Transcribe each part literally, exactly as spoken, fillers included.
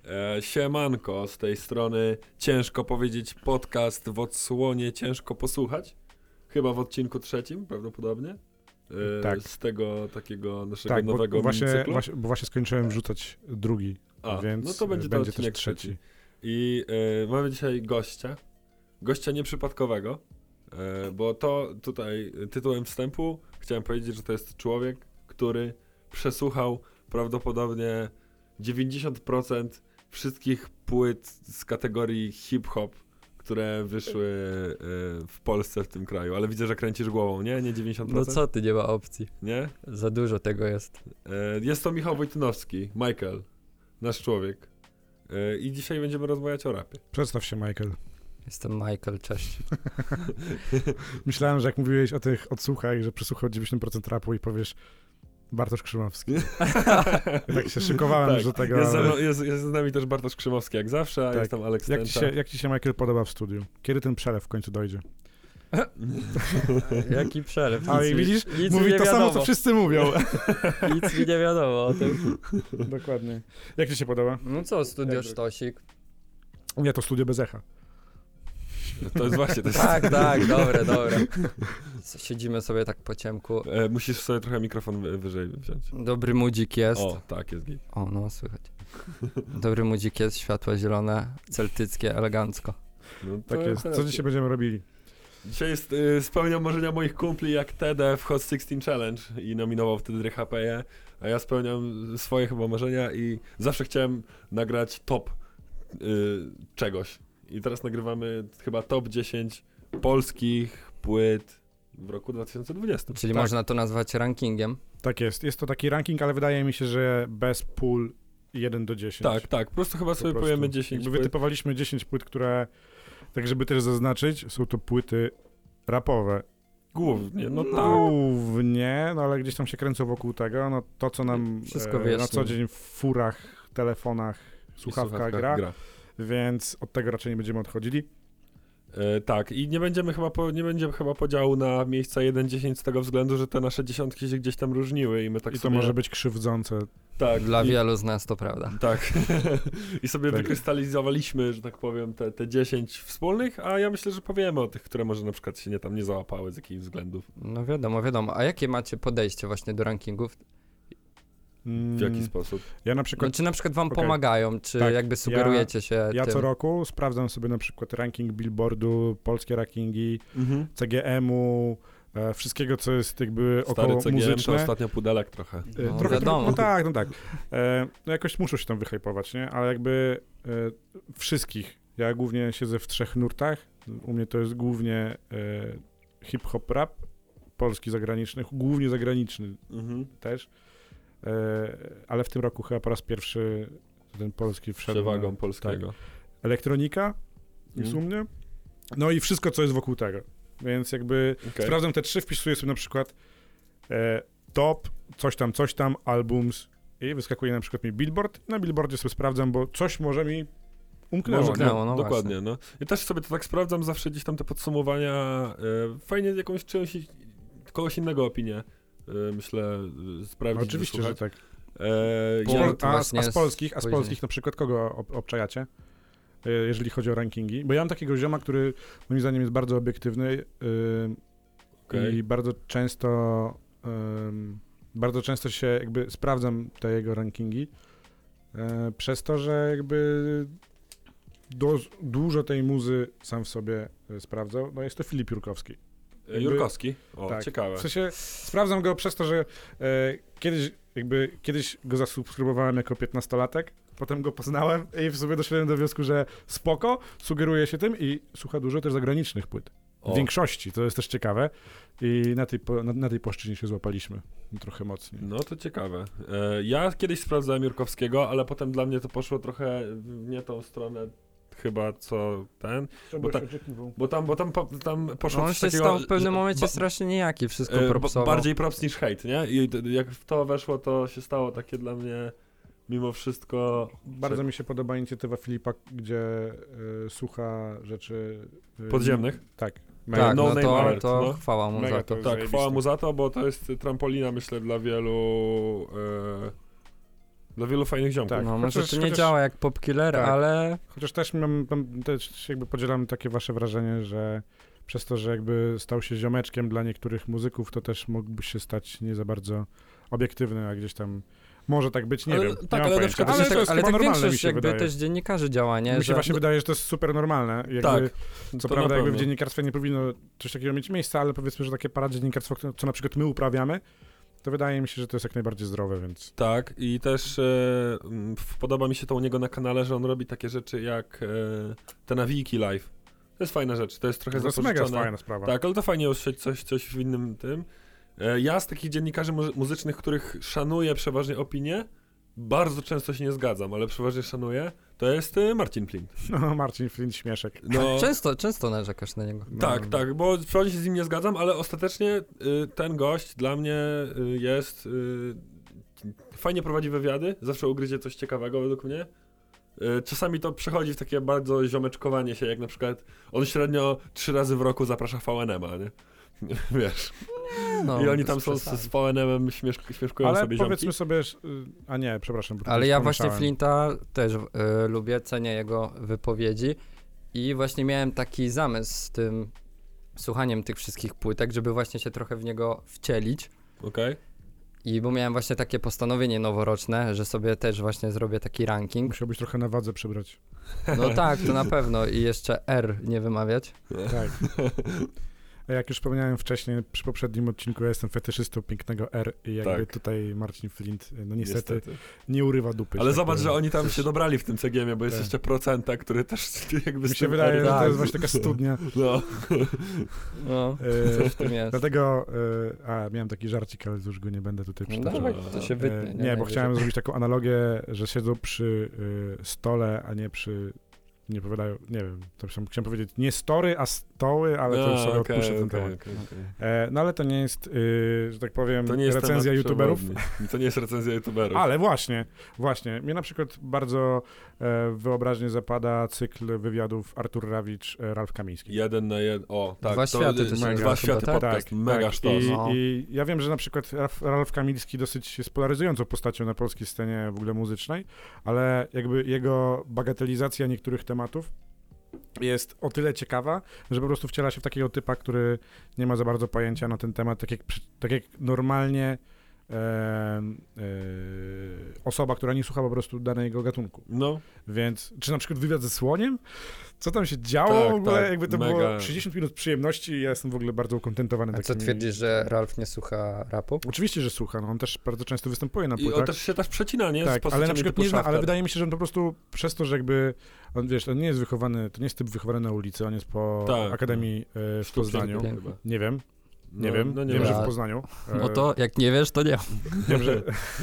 E, siemanko, z tej strony ciężko powiedzieć podcast w odsłonie ciężko posłuchać. Chyba w odcinku trzecim prawdopodobnie. E, tak. Z tego takiego naszego tak, nowego bo właśnie, minicyklu. właśnie, bo właśnie skończyłem wrzucać drugi, A, więc no to będzie, będzie to też trzeci. trzeci. I e, mamy dzisiaj gościa. Gościa nieprzypadkowego, e, bo to tutaj tytułem wstępu chciałem powiedzieć, że to jest człowiek, który przesłuchał prawdopodobnie dziewięćdziesiąt procent wszystkich płyt z kategorii hip-hop, które wyszły y, w Polsce, w tym kraju. Ale widzę, że kręcisz głową, nie? Nie dziewięćdziesiąt procent? No co ty, nie ma opcji. Nie? Za dużo tego jest. Y, jest to Michał Wojtynowski, Michael, nasz człowiek. Y, I dzisiaj będziemy rozmawiać o rapie. Przedstaw się, Michael. Jestem Michael, cześć. Myślałem, że jak mówiłeś o tych odsłuchach, że przesłuchał dziewięćdziesiąt procent rapu i powiesz Bartosz Krzymowski. Ja tak się szykowałem tak, już do tego. Jest, ale... ze mną, jest, jest z nami też Bartosz Krzymowski, jak zawsze, a Tak. jest tam Aleks jak, ci Tęcza. się, jak ci się, Michael, podoba w studiu? Kiedy ten przelew w końcu dojdzie? Jaki przelew. A Nic i mi- widzisz, nic mi mówi nie to samo, wiadomo. co wszyscy mówią. Nic mi nie wiadomo o tym. Dokładnie. Jak ci się podoba? No co, studio Jak- Sztosik? Nie, to studio bez echa. To jest właśnie... To jest... Tak, tak, dobre, dobre. Siedzimy sobie tak po ciemku. E, musisz sobie trochę mikrofon wy- wyżej wziąć. Dobry mudzik jest. O, tak, jest git. O, no słychać. Dobry mudzik jest, światło zielone, celtyckie, elegancko. No, Tak to jest. Co racja. dzisiaj będziemy robili? Dzisiaj jest, y, spełniał marzenia moich kumpli jak Tede w Hot szesnaście Challenge i nominował wtedy R H P E, a ja spełniam swoje chyba marzenia i zawsze chciałem nagrać top y, czegoś. I teraz nagrywamy chyba top dziesięć polskich płyt w roku dwa tysiące dwudziestym. Czyli Tak. można to nazwać rankingiem. Tak jest. Jest to taki ranking, ale wydaje mi się, że bez pól jeden do dziesięciu. Tak, tak, po prostu chyba Po sobie prostu. powiemy dziesięć Jakby płyt. wytypowaliśmy dziesięć płyt, które, tak żeby też zaznaczyć, są to płyty rapowe. Głównie, no tak. Głównie, no ale gdzieś tam się kręcą wokół tego, no to co nam Wszystko e, na wyjaśnimy. co dzień w furach, telefonach, I słuchawkach gra, gra. więc od tego raczej nie będziemy odchodzili. E, tak, i nie będziemy chyba po, nie będzie chyba podziału na miejsca jeden dziesięć z tego względu, że te nasze dziesiątki się gdzieś tam różniły i my tak I to sobie... może być krzywdzące. tak, Dla i, wielu z nas to prawda. Tak. I sobie Tak. wykrystalizowaliśmy, że tak powiem, te, te dziesięć wspólnych, a ja myślę, że powiemy o tych, które może na przykład się nie tam nie załapały z jakichś względów. No wiadomo, wiadomo. A jakie macie podejście właśnie do rankingów? W jaki sposób? Ja na No, przykład, czy na przykład wam Okej. pomagają, czy Tak, jakby sugerujecie się ja tym? co roku sprawdzam sobie na przykład ranking Billboardu, polskie rankingi, Mhm. C G M-u, e, wszystkiego, co jest jakby Stary około C G M to muzyczne. ostatnio pudelek trochę. E, No, trochę, wiadomo. trochę, no tak, no tak. E, no jakoś muszą się tam wyhypować, nie? Ale jakby e, wszystkich. Ja głównie siedzę w trzech nurtach. U mnie to jest głównie e, hip-hop rap, polski zagraniczny, głównie zagraniczny Mhm. też. E, ale w tym roku chyba po raz pierwszy ten polski wszedł. Przewagą na- polskiego. Tak. Elektronika jest Mhm. u mnie. No i wszystko, co jest wokół tego. Więc jakby Okej. sprawdzam te trzy, wpisuję sobie na przykład e, top, coś tam, coś tam, albums i wyskakuje na przykład mi Billboard. Na Billboardzie sobie sprawdzam, bo coś może mi umknęło. Może, nie? umknęło. no dokładnie, no. Ja też sobie to tak sprawdzam, zawsze gdzieś tam te podsumowania, e, fajnie jakąś czyjąś, kogoś innego opinię, e, myślę, e, sprawdzić, No, oczywiście, że wysłuchać. tak. E, Bo- ja, Spol- a, a właśnie z polskich, a z spojrzenie. polskich na przykład kogo ob obczajacie? E, jeżeli chodzi o rankingi? Bo ja mam takiego zioma, który moim zdaniem jest bardzo obiektywny yy, Okej. i bardzo często ym, bardzo często się jakby sprawdzam te jego rankingi e, przez to, że jakby do, dużo tej muzy sam w sobie e, sprawdzał. No jest to Filip Jurkowski. e, Jurkowski, o, tak. ciekawe. W sensie sprawdzam go przez to, że e, kiedyś jakby kiedyś go zasubskrybowałem jako piętnastolatek, potem go poznałem i w sobie doszedłem do wniosku, że spoko, sugeruje się tym i słucha dużo też zagranicznych płyt. O. W większości, to jest też ciekawe i na tej, po- na, na tej płaszczyźnie się złapaliśmy trochę mocniej. No to ciekawe. E, ja kiedyś sprawdzałem Jurkowskiego, ale potem dla mnie to poszło trochę w nie tą stronę chyba co ten, bo tak- bo tam, bo tam, po- tam poszło No, on coś się takiego, stał w pewnym że- momencie ba- strasznie nijaki, wszystko e, ba- propsował. bardziej props niż hejt, nie? I t- jak w to weszło, to się stało takie dla mnie mimo wszystko... Bardzo mi się podoba inicjatywa Filipa, gdzie y, słucha rzeczy... Y, Podziemnych? Tak. Tak, no no, name to, alert, to no. chwała mu Mega za to to. jest Tak, zajebiste. chwała mu za to, bo to jest trampolina, myślę, dla wielu e, Dla wielu fajnych ziomków. Tak. No może chociaż- to nie chociaż- działa jak Pop Killer, tak. ale Chociaż też mam, mam też jakby podzielam takie wasze wrażenie, że przez to, że jakby stał się ziomeczkiem dla niektórych muzyków, to też mógłby się stać nie za bardzo obiektywny, a gdzieś tam może tak być, nie Ale- wiem. tak, nie mam ale na pojęcia. przykład ale ale, to tak, jest ale chyba tak normalne, mi większość się jakby wydaje. też dziennikarzy działa, nie? Mi się Że, właśnie wydaje, że to jest super normalne. Jakby, Tak. Co To prawda na jakby w pewno. dziennikarstwie nie powinno coś takiego mieć miejsca, ale powiedzmy, że takie paradziennikarstwo, co na przykład my uprawiamy, to wydaje mi się, że to jest jak najbardziej zdrowe, więc... Tak, i też e, m, w- podoba mi się to u niego na kanale, że on robi takie rzeczy jak e, te nawijki live. To jest fajna rzecz, to jest trochę To jest mega zapożyczone. fajna sprawa. Tak, ale to fajnie usłyszeć coś, coś w innym tym. E, ja z takich dziennikarzy muzy- muzycznych, których szanuję przeważnie opinie, bardzo często się nie zgadzam, ale przeważnie szanuję, to jest e, Marcin Flint. No, Marcin Flint, śmieszek. No, często, często narzekasz na niego. No, tak, tak, bo przeważnie się z nim nie zgadzam, ale ostatecznie y, ten gość dla mnie y, jest... Y, fajnie prowadzi wywiady, zawsze ugryzie coś ciekawego według mnie. Y, czasami to przechodzi w takie bardzo ziomeczkowanie się, jak na przykład on średnio trzy razy w roku zaprasza V N M-a, nie? Wiesz. No, I oni bez tam są z, przesady. z V N M-em, śmieszk, śmieszkują Ale sobie powiedzmy ziomki. sobie, że- a nie, przepraszam. bo Ale coś ja właśnie pomieszałem. Flinta też y, lubię, cenię jego wypowiedzi i właśnie miałem taki zamysł z tym słuchaniem tych wszystkich płytek, żeby właśnie się trochę w niego wcielić. Okej. I bo miałem właśnie takie postanowienie noworoczne, że sobie też właśnie zrobię taki ranking. Musiałbyś trochę na wadze przybrać. No tak, to na pewno. I jeszcze R nie wymawiać. Tak. A jak już wspomniałem wcześniej, przy poprzednim odcinku, ja jestem fetyszystą pięknego R i jakby Tak. tutaj Marcin Flint, no niestety, Niestety. nie urywa dupy. Ale że tak zobacz, powiem. że oni tam Coś- się dobrali w tym C G M-ie, bo jest Tak. jeszcze procenta, który też jakby z Mi się tym wydaje, R- że to Tak. jest właśnie taka studnia. No. No, E, coś w tym jest. Dlatego, e, a miałem taki żarcik, ale już go nie będę tutaj No przytaczał. dawaj, to się wytnie. E, nie, bo najwyżej. chciałem zrobić taką analogię, że siedzą przy y, stole, a nie przy, nie powiadają, nie wiem, to chciałem, chciałem powiedzieć nie story, a stoły, ale to już A, sobie okej, odpuszczę ten okej, temat. okej, okej. E, no ale to nie jest, y, że tak powiem, To nie jest recenzja temat youtuberów. przewodni. To nie jest recenzja youtuberów. Ale właśnie, właśnie. Mnie na przykład bardzo e, wyobraźnie zapada cykl wywiadów Artur Rawicz, e, Ralf Kamiński. Jeden na jeden. O, tak. Dwa światy to się Dwa nazywa światy chyba, tak? podcast. Mega tak. sztos. I, No. I ja wiem, że na przykład Ralf, Ralf Kamiński dosyć jest polaryzującą postacią na polskiej scenie w ogóle muzycznej, ale jakby jego bagatelizacja niektórych tematów jest o tyle ciekawa, że po prostu wciela się w takiego typa, który nie ma za bardzo pojęcia na ten temat, tak jak, przy- tak jak normalnie e, e, osoba, która nie słucha po prostu danego gatunku. No, Więc, czy na przykład wywiad ze słoniem? Co tam się działo Tak, w ogóle? tak, Jakby to mega. było trzydzieści minut przyjemności i ja jestem w ogóle bardzo ukontentowany A co takimi... twierdzisz, że Ralf nie słucha rapu? Oczywiście, że słucha, no on też bardzo często występuje na i płytach. on też się też przecina, nie? Z tak, ale postaciami na przykład typu nie zna, ale Shafter. wydaje mi się, że on po prostu przez to, że jakby, on wiesz, on nie jest wychowany, to nie jest typ wychowany na ulicy, on jest po Tak. Akademii e, w Poznaniu. Piękny chyba. Nie wiem, nie No, wiem, no nie wiem, wiem. że w Poznaniu. E, No to jak nie wiesz, to nie. wiem, że...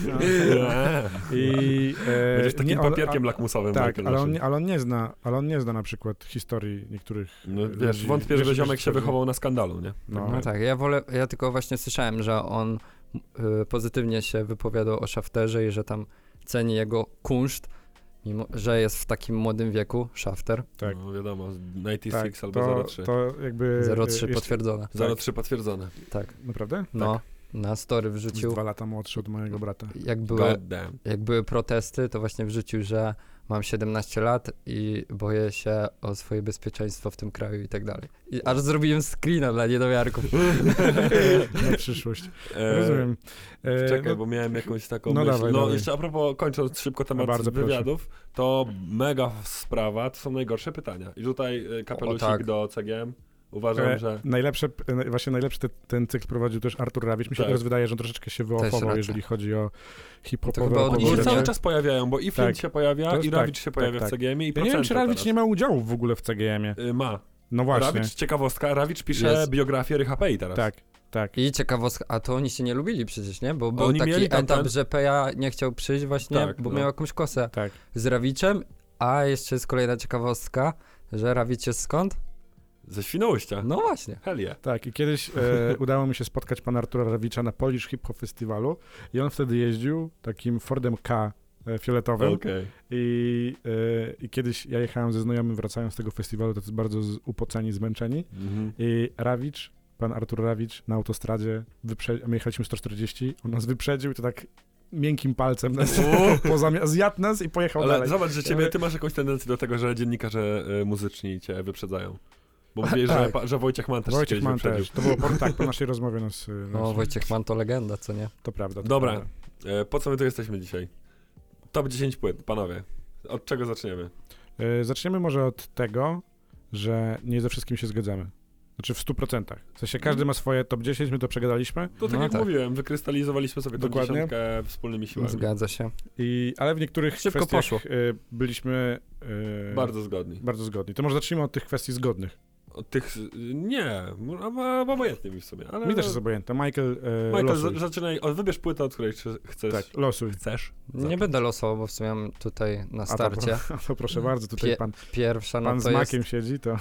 I, e, Będziesz takim nie, on- papierkiem lakmusowym. Tak, Michael ale on, naszym. nie, ale on nie zna, ale on nie zna na przykład historii niektórych No e, wiesz, ludzi. wątpię, Wiesz, żeby wiesz, ziomek się co chodzi? wychował na skandalu, nie? No, No tak, ja wolę, ja tylko właśnie słyszałem, że on y, pozytywnie się wypowiadał o Shafterze i że tam ceni jego kunszt, mimo że jest w takim młodym wieku, Shafter. tak. No wiadomo, dziewięćdziesiąt Tak, sześć albo to, zero trzy. to jakby... zero e, trzy jest- potwierdzone. zero trzy potwierdzone. Tak, Naprawdę? no, na story Jest wrzucił, dwa lata młodszy od mojego brata. jak były, God damn. jak były protesty, to właśnie wrzucił, że mam siedemnaście lat i boję się o swoje bezpieczeństwo w tym kraju i tak dalej. I aż zrobiłem screena dla niedowiarków. Na przyszłość. E, Rozumiem. E, Czekaj, no, bo miałem jakąś taką no myśl. dawaj, no dawaj. jeszcze a propos, kończąc szybko temat Bardzo proszę. wywiadów, to mega sprawa, to są najgorsze pytania. I tutaj e, kapelusik O, tak. do C G M. Uważam, e, że... najlepsze, e, właśnie najlepszy te, ten cykl prowadził też Artur Rawicz. Mi się Tak. teraz wydaje, że on troszeczkę się wyofował, racja. jeżeli chodzi o To hip-hopowe chyba od Oni się Kurde, cały nie? czas pojawiają, bo i Flint Tak. się pojawia, To jest i tak, Rawicz się pojawia tak, w tak. C G M-ie i Ja nie wiem, czy procenta Rawicz teraz. nie ma udziału w ogóle w C G M-ie. Y, Ma. No właśnie. Rawicz, ciekawostka, Rawicz pisze Jest. biografię Rycha Pei teraz. Tak, tak. I ciekawostka, a to oni się nie lubili przecież, nie? Bo był Oni taki mieli tam etap, ten- że Peja nie chciał przyjść właśnie, Tak, bo no. miał jakąś kosę Tak. z Rawiczem, a jeszcze jest kolejna ciekawostka, że Rawicz jest skąd? Ze Świnoujścia. No właśnie. Hell yeah. Tak, i kiedyś e, udało mi się spotkać pana Artura Rawicza na Polish Hip Hop Festiwalu i on wtedy jeździł takim Fordem K e, fioletowym Okej. i, e, i kiedyś ja jechałem ze znajomym wracając z tego festiwalu, tacy bardzo z, upoceni, zmęczeni Mhm. i Rawicz, pan Artur Rawicz na autostradzie, wyprze- my jechaliśmy sto czterdzieści, on nas wyprzedził i to tak miękkim palcem nas, pozamia- zjadł nas i pojechał Ale dalej. zobacz, że ciebie, ty masz jakąś tendencję do tego, że dziennikarze y, muzyczni cię wyprzedzają. Bo mówisz, tak. że, pa- że Wojciech Mann też cię Wojciech kiedyś Mann wyprzedził. też. To było po, tak, po naszej rozmowie nas... nas No, Wojciech Mann to legenda, co nie? To prawda. To Dobra, prawda. y, po co my tu jesteśmy dzisiaj? Top dziesięć płyt, panowie. Od czego zaczniemy? Y, zaczniemy może od tego, że nie ze wszystkim się zgadzamy. Znaczy w stu procentach. W sensie każdy ma swoje top dziesięć, my to przegadaliśmy, To tak No jak tak. mówiłem, wykrystalizowaliśmy sobie tą Dokładnie. dziesiątkę wspólnymi siłami. Zgadza się. i, ale w niektórych Szybko kwestiach poszło. y, byliśmy y, Bardzo zgodni. bardzo zgodni. To może zacznijmy od tych kwestii zgodnych. Od tych... Nie, a- obojętnie mi w sumie, ale... Mi też jest obojętne. Michael, y, Michael, losuj. za- zaczynaj, od, wybierz płytę, od której czy- chcesz. Tak, losuj. Chcesz? Nie Zacząć. będę losował, bo w sumie mam tutaj na A to, starcie. to proszę bardzo, tutaj Pie- pan, Pierwsza, no pan z to jest, makiem siedzi, to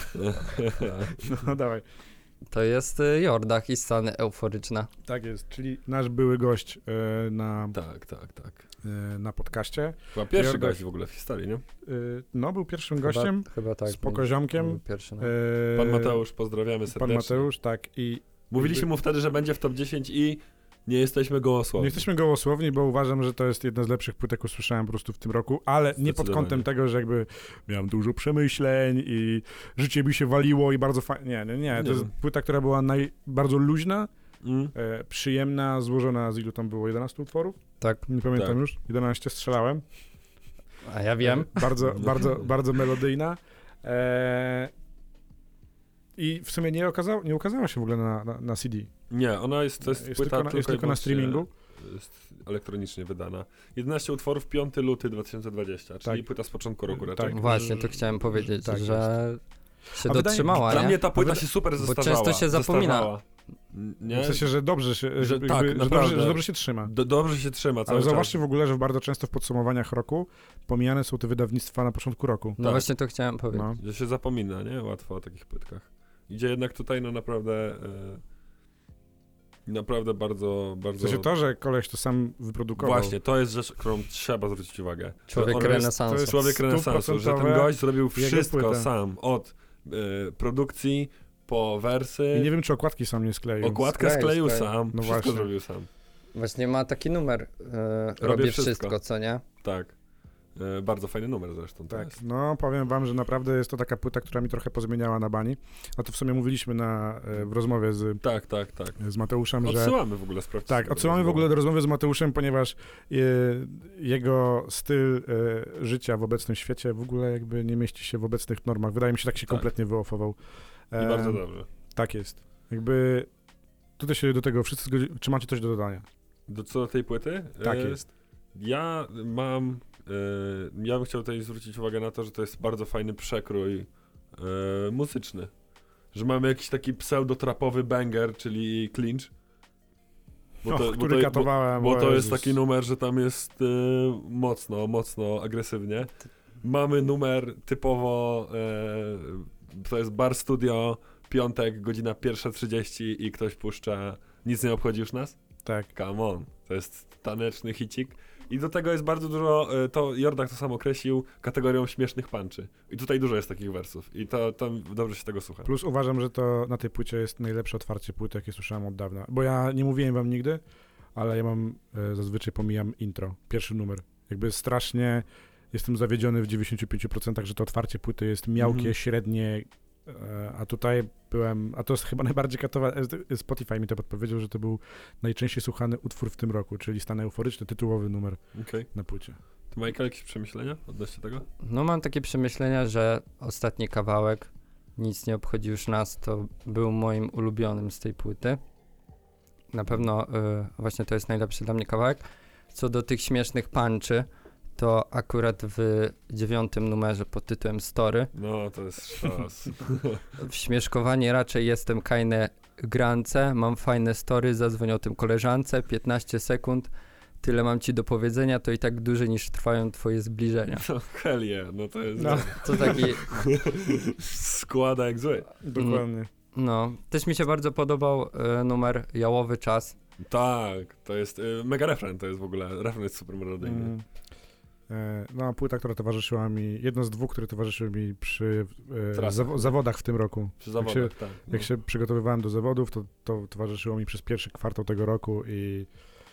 no dawaj. to jest y, Jordach i Stany Euforyczne. Tak jest, czyli nasz były gość y, na, tak, tak, tak. y, na podcaście. Chyba pierwszy Jordan. gość w ogóle w historii, nie? Y, no, był pierwszym Chyba- gościem, Chyba tak. z pokoziomkiem. był Pierwszy, no. y, Pan Mateusz, pozdrawiamy Pan serdecznie. Mateusz, tak. I Mówiliśmy mu wtedy, że będzie w top dziesięć i nie jesteśmy gołosłowni. nie jesteśmy gołosłowni, bo uważam, że to jest jedna z lepszych płyt, jaką słyszałem po prostu w tym roku, ale nie pod Zdecydowanie. kątem tego, że jakby miałem dużo przemyśleń i życie mi się waliło i bardzo fajnie. Nie, nie, nie. To Nie. jest płyta, która była naj... bardzo luźna, Mm? e, przyjemna, złożona z ilu tam było? jedenastu utworów? Tak, Nie pamiętam Tak. już. jedenaście strzelałem. a ja wiem. E, bardzo, bardzo, bardzo melodyjna. E, I w sumie nie, okazał, nie ukazała się w ogóle na, na, na C D. Nie, ona jest, to jest, Jest płyta tylko na- jest tylko i tylko na wyłącznie, streamingu. Jest elektronicznie wydana. jedenaście utworów, piąty luty dwa tysiące dwudziesty, czyli Tak. płyta z początku roku Tak. raczej. Właśnie, to chciałem powiedzieć, Tak że się A wydaje- dotrzymała, Dla nie? mnie ta płyta wyda- się super bo zestarzała. często się zapomina. zestarzała. Nie? W sensie, że dobrze się, Że jakby, tak, że, naprawdę. dobrze, że dobrze się trzyma. Do, dobrze się trzyma cały Ale zauważcie czas. w ogóle, że bardzo często w podsumowaniach roku pomijane są te wydawnictwa na początku roku. No Tak. właśnie to chciałem powiedzieć. No. Że się zapomina, nie? Łatwo o takich płytkach. Idzie jednak tutaj, no naprawdę... E, naprawdę bardzo, W bardzo... sensie to, że koleś to sam wyprodukował. Właśnie, to jest rzecz, którą trzeba zwrócić uwagę. Człowiek Że on jest- renesansu. to jest- Człowiek renesansu, że ten stuprocentowe gość zrobił jego wszystko płytę. sam. Od e, produkcji po wersy, I nie wiem, czy okładki sam nie skleił. okładkę Skleił, skleił skleił. sam, No wszystko właśnie. zrobił sam. Właśnie ma taki numer, e, robię wszystko. wszystko, co nie? Tak. E, bardzo fajny numer zresztą to Tak, jest. no powiem wam, że naprawdę jest to taka płyta, która mi trochę pozmieniała na bani. A to w sumie mówiliśmy na, e, w rozmowie z, Tak, tak, tak. z Mateuszem, że... Odsyłamy w ogóle, sprawdźcie. Tak, sobie odsyłamy w rozmowę. ogóle do rozmowy z Mateuszem, ponieważ e, jego styl e, życia w obecnym świecie w ogóle jakby nie mieści się w obecnych normach. Wydaje mi się, tak się Tak. kompletnie wyofował. I E, bardzo dobrze. Tak jest. Jakby tutaj się do tego wszyscy zgodzi... Czy macie coś do dodania? Do co do tej płyty? Tak E, jest. Ja mam... E, ja bym chciał tutaj zwrócić uwagę na to, że to jest bardzo fajny przekrój e, muzyczny. Że mamy jakiś taki pseudo-trapowy banger, czyli clinch. Bo to- który to- katowałem. Bo o to jest Jezus. taki numer, że tam jest e, mocno, mocno agresywnie. Mamy numer typowo, e, to jest Bar Studio, piątek, godzina pierwsza trzydzieści i ktoś puszcza Nic nie obchodzi już nas? Tak. Come on. To jest taneczny hicik. I do tego jest bardzo dużo, e, to Jordak to sam określił kategorią śmiesznych punczy. I tutaj dużo jest takich wersów. I to, to dobrze się tego słucha. Plus uważam, że to na tej płycie jest najlepsze otwarcie płyty, jakie słyszałem od dawna. Bo ja nie mówiłem wam nigdy, ale ja mam, e, zazwyczaj pomijam intro, pierwszy numer. Jakby strasznie jestem zawiedziony w dziewięćdziesięciu pięciu procentach, że to otwarcie płyty jest miałkie, Mhm. średnie, e, a tutaj byłem, a to jest chyba najbardziej katowane, e, Spotify mi to podpowiedział, że to był najczęściej słuchany utwór w tym roku, czyli Stan Euforyczny, tytułowy numer Okej. na płycie. To Michael, jakieś przemyślenia odnośnie tego? No mam takie przemyślenia, że ostatni kawałek, Nic nie obchodzi już nas, to był moim ulubionym z tej płyty. Na pewno y, właśnie to jest najlepszy dla mnie kawałek. Co do tych śmiesznych punchy, to akurat w dziewiątym numerze pod tytułem Story, No, to jest sztos. w śmieszkowanie raczej jestem kajne grance, mam fajne story, zadzwoń o tym koleżance, piętnaście sekund, tyle mam ci do powiedzenia, to i tak dłużej niż trwają twoje zbliżenia. No, hell yeah, no to jest... No. To taki, Składa jak zły. Dokładnie. no, też mi się bardzo podobał y, numer Jałowy Czas. Tak, to jest y, mega refren, to jest w ogóle, refren jest super melodyjny. Mm. E, No, płyta, która towarzyszyła mi, jedna z dwóch, które towarzyszyły mi przy e, Trasach. zawo- zawodach w tym roku. Przy Jak zawodach, się, tak. jak no. się przygotowywałem do zawodów, to, to towarzyszyło mi przez pierwszy kwartał tego roku i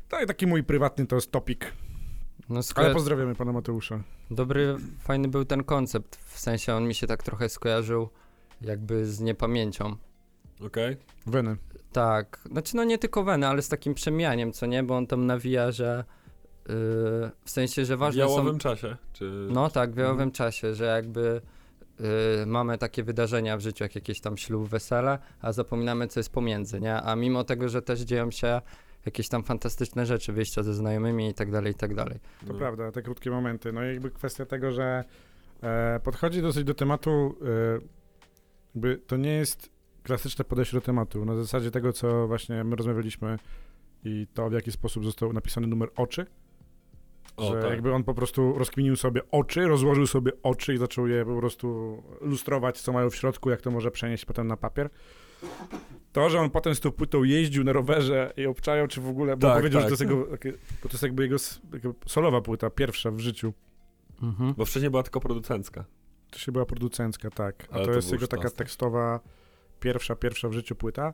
To i taki mój prywatny to jest topik. No, Ale sko- pozdrawiamy pana Mateusza. dobry, fajny był ten koncept, w sensie on mi się tak trochę skojarzył jakby z niepamięcią. Okej? Weny. Tak, znaczy no nie tylko Weny, ale z takim przemijaniem, co nie, bo on tam nawija, że yy, w sensie, że W ważne jałowym są... czasie, czy... No tak, w jałowym Mhm. czasie, że jakby yy, mamy takie wydarzenia w życiu, jak jakieś tam ślub, wesele, a zapominamy, co jest pomiędzy, nie? A mimo tego, że też dzieją się jakieś tam fantastyczne rzeczy, wyjścia ze znajomymi i tak dalej, i tak dalej. To No. prawda, te krótkie momenty. No i jakby kwestia tego, że e, podchodzi dosyć do tematu, e, jakby to nie jest klasyczne podejście do tematu. Na zasadzie tego, co właśnie my rozmawialiśmy i to, w jaki sposób został napisany numer oczy. O, że tak. jakby on po prostu rozkminił sobie oczy, rozłożył sobie oczy i zaczął je po prostu lustrować, co mają w środku, jak to może przenieść potem na papier. To, że on potem z tą płytą jeździł na rowerze i obczajał, czy w ogóle, bo Tak, powiedział, tak. że to jest, jego, takie- bo to jest jakby jego s- jakby solowa płyta, pierwsza w życiu. Mhm. Bo wcześniej była tylko producencka. To się była producencka, tak. A Ale to, to jest był jego taka sztos, tak. tekstowa, pierwsza, pierwsza w życiu płyta.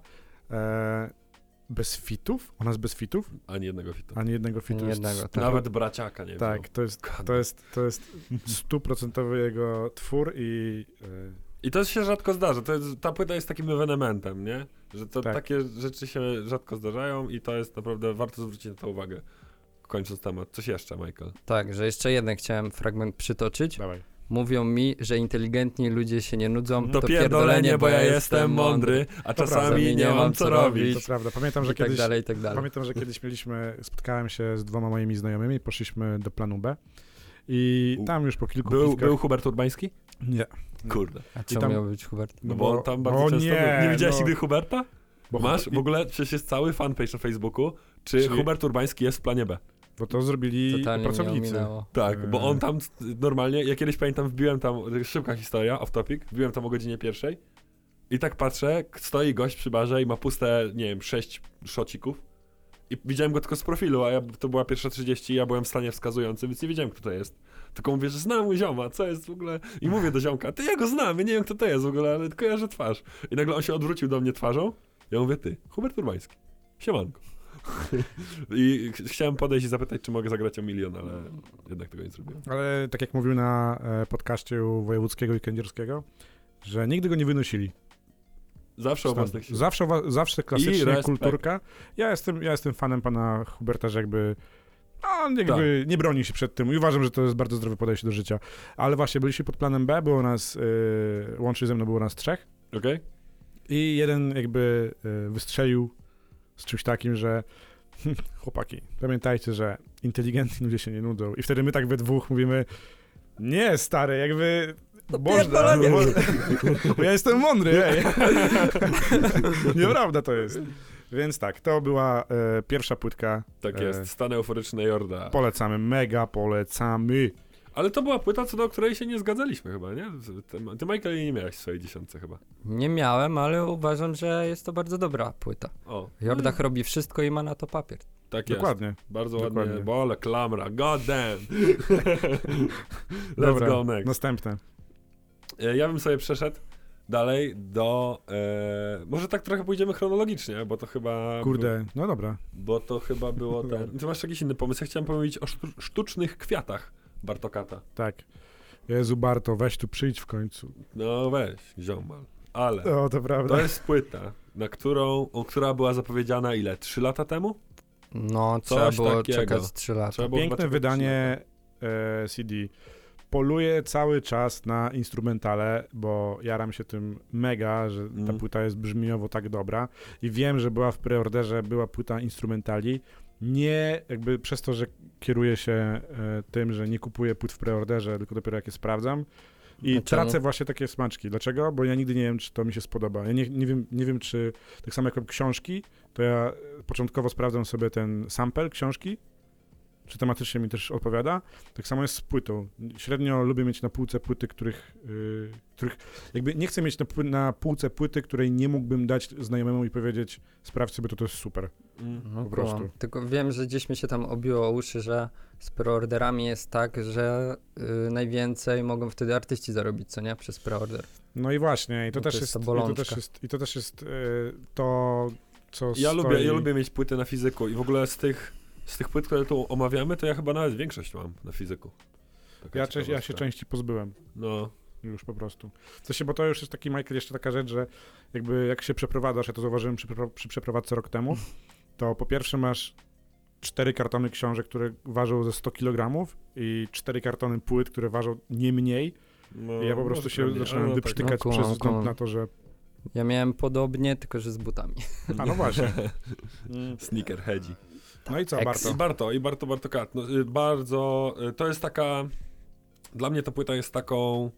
E, bez fitów? Ona jest bez fitów? Ani jednego fitu. Ani jednego fitu. Ani jest jednego, stu- Nawet braciaka nie Tak, wziął. to jest, God. to jest, to jest stuprocentowy jego twór i... E, I to się rzadko zdarza. To jest, ta płyta jest takim ewenementem, nie? Że to Tak. takie rzeczy się rzadko zdarzają i to jest naprawdę, warto zwrócić na to uwagę. Kończąc temat. Coś jeszcze, Michael? Tak, że jeszcze jeden chciałem fragment przytoczyć. dawaj. Mówią mi, że inteligentni ludzie się nie nudzą. To pierdolenie, bo ja jestem mądry, a czasami nie mam co robić. To prawda. Pamiętam, że I tak kiedyś... dalej, i tak dalej. Pamiętam, że kiedyś mieliśmy, spotkałem się z dwoma moimi znajomymi, poszliśmy do planu B i U. tam już po kilku Był, piwkach... był Hubert Urbański? Nie. Kurde. A co tam- miał być, Hubert? No bo on tam bardzo o często nie, był. Nie widziałeś no, nigdy Huberta? bo Masz? Hubert- W ogóle przecież jest cały fanpage na Facebooku, czy Czyli- Hubert Urbański jest w planie B. Bo to zrobili Totalnie mnie pracownicy. ominęło. Tak, bo Eee. on tam normalnie, ja kiedyś pamiętam, wbiłem tam, szybka historia, off topic, wbiłem tam o godzinie pierwszej i tak patrzę, stoi gość przy barze i ma puste, nie wiem, sześć szocików i widziałem go tylko z profilu, a ja, to była pierwsza trzydzieści i ja byłem w stanie wskazującym, więc nie wiedziałem, kto to jest. Tylko mówię, że znam mu zioma, co jest w ogóle? I mówię do ziomka, ty ja go znam, ja nie wiem, kto to jest w ogóle, ale kojarzę twarz. I nagle on się odwrócił do mnie twarzą, ja mówię, ty, Hubert Urbański, siemanko. I ch- chciałem podejść i zapytać, czy mogę zagrać o milion, ale jednak tego nie zrobiłem. Ale tak jak mówił na e, podcaście u Wojewódzkiego i Kędzierskiego, że nigdy go nie wynosili. Zawsze o Stąd własnych siłach. Zawsze, wa- zawsze I klasycznie respekt. kulturka. Ja jestem, ja jestem fanem pana Huberta, że jakby no, on jakby Tak. nie broni się przed tym i uważam, że to jest bardzo zdrowe podejście do życia. Ale właśnie, byliśmy pod planem B, było nas, y, łącznie ze mną było nas trzech Okej? i jeden jakby y, wystrzelił z czymś takim, że chłopaki, pamiętajcie, że inteligentni ludzie się nie nudzą. I wtedy my tak we dwóch mówimy, nie stary, jakby... Można, pierdolenie. bo, bo ja jestem mądry, ej. Nieprawda to jest. Więc tak, to była e, pierwsza płytka. Tak E, jest, stan euforyczny Jorda. Polecamy, mega polecamy. Ale to była płyta, co do której się nie zgadzaliśmy chyba, nie? Ty, ty Michael, jej nie miałeś w swojej dziesiątce chyba. Nie miałem, ale uważam, że jest to bardzo dobra płyta. O, Jordach robi wszystko i ma na to papier. tak jest. Dokładnie. Bardzo Dokładnie. ładnie. Bole, klamra, god damn. Let's Dobra, go next. następne. E, Ja bym sobie przeszedł dalej do... E, może tak trochę pójdziemy chronologicznie, bo to chyba... Kurde, no dobra. Bo to chyba było ten... Ty masz jakiś inny pomysł? Ja chciałem powiedzieć o sztu- sztucznych kwiatach Bartokata. Tak. Jezu Barto, weź tu przyjdź w końcu. No weź, ziomal. Ale O, to prawda. to jest płyta, na którą, o, która była zapowiedziana ile? Trzy lata temu? No, trzeba Coś było takiego. czekać trzy lata. Trzeba było chyba Piękne czekać wydanie e, C D. Poluje cały czas na instrumentale, bo jaram się tym mega, że ta Mm. płyta jest brzmieniowo tak dobra i wiem, że była w preorderze, była płyta instrumentali. Nie jakby przez to, że kieruję się e, tym, że nie kupuję płyt w preorderze, tylko dopiero jak je sprawdzam. I A czemu? tracę właśnie takie smaczki. Dlaczego? Bo ja nigdy nie wiem, czy to mi się spodoba. Ja nie, nie, wiem, nie wiem, czy tak samo jak mam książki, to ja e, początkowo sprawdzam sobie ten sample książki, czy tematycznie mi też odpowiada. Tak samo jest z płytą. Średnio lubię mieć na półce płyty, których, yy, których jakby nie chcę mieć na, pły- na półce płyty, której nie mógłbym dać znajomemu i powiedzieć, sprawdź sobie, to to jest super. Mm. No, po prostu. kumam. Tylko wiem, że gdzieś mi się tam obiło o uszy, że z preorderami jest tak, że y, najwięcej mogą wtedy artyści zarobić, co nie? Przez preorder. No i właśnie, i to, No to też, jest jest, ta i to bolączka. też jest, i to też jest yy, to, co Ja, stoi... lubię, ja lubię mieć płyty na fizyku i w ogóle z tych z tych płyt, które tu omawiamy, to ja chyba nawet większość mam na fizyku. Taka Ja, cze- ja się ciekawostka. części pozbyłem. No, Już po prostu. W sensie, bo to już jest taki, Michael, jeszcze taka rzecz, że jakby jak się przeprowadzasz, ja to zauważyłem przy, przepro- przy przeprowadzce rok temu, to po pierwsze masz cztery kartony książek, które ważą ze sto kilogramów i cztery kartony płyt, które ważą nie mniej. no I ja po prostu może się pewnie, zacząłem ale wyprztykać No, kumam, przez wzgląd kumam. na to, że... Ja miałem podobnie, tylko że z butami. A no właśnie. Sneakerheadzi. No i co, Ex. Barto? I Barto, i Barto Bartokat. No, y, bardzo, y, to jest taka, dla mnie ta płyta jest taką,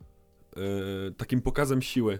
y, takim pokazem siły.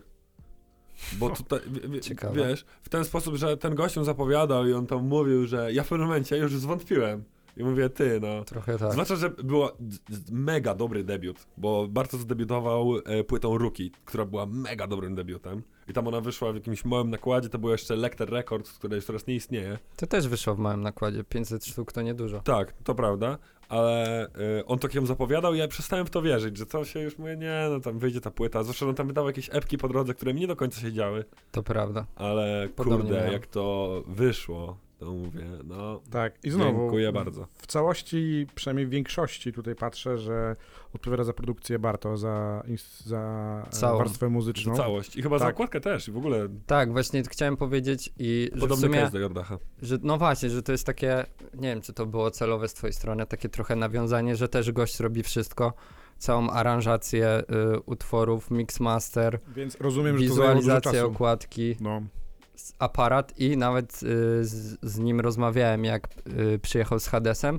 Bo tutaj, w, w, Ciekawe. wiesz, w ten sposób, że ten gość ją zapowiadał i on tam mówił, że ja w pewnym momencie już zwątpiłem. I mówię, ty, no. Trochę tak. Zwłaszcza, że było d- d- mega dobry debiut, bo Barto zadebiutował e, płytą Rookie, która była mega dobrym debiutem. I tam ona wyszła w jakimś małym nakładzie, to było jeszcze Lecter Records, które już teraz nie istnieje. To też wyszło w małym nakładzie. pięćset sztuk to niedużo. Tak, to prawda, ale e, on tak ją zapowiadał i ja przestałem w to wierzyć, że to się już mówię, nie, no tam wyjdzie ta płyta. Zwłaszcza on tam wydał jakieś epki po drodze, które mi nie do końca się działy, To prawda. ale Podobnie kurde, miałem. jak to wyszło, to mówię, no, Tak, i znowu dziękuję bardzo. w całości, przynajmniej w większości tutaj patrzę, że odpowiada za produkcję Barto, za, ins- za e, Całą. warstwę muzyczną. Całość. I chyba za Tak. okładkę też, i w ogóle Tak, właśnie chciałem powiedzieć i że w podobny sumie, case do Jordacha. że no właśnie, że to jest takie, nie wiem, czy to było celowe z twojej strony, takie trochę nawiązanie, że też gość robi wszystko, całą aranżację y, utworów, mixmaster, Więc rozumiem, że to zajęło dużo wizualizację czasu. okładki, No, s- aparat i nawet y, z, z nim rozmawiałem, jak y, przyjechał z Hadesem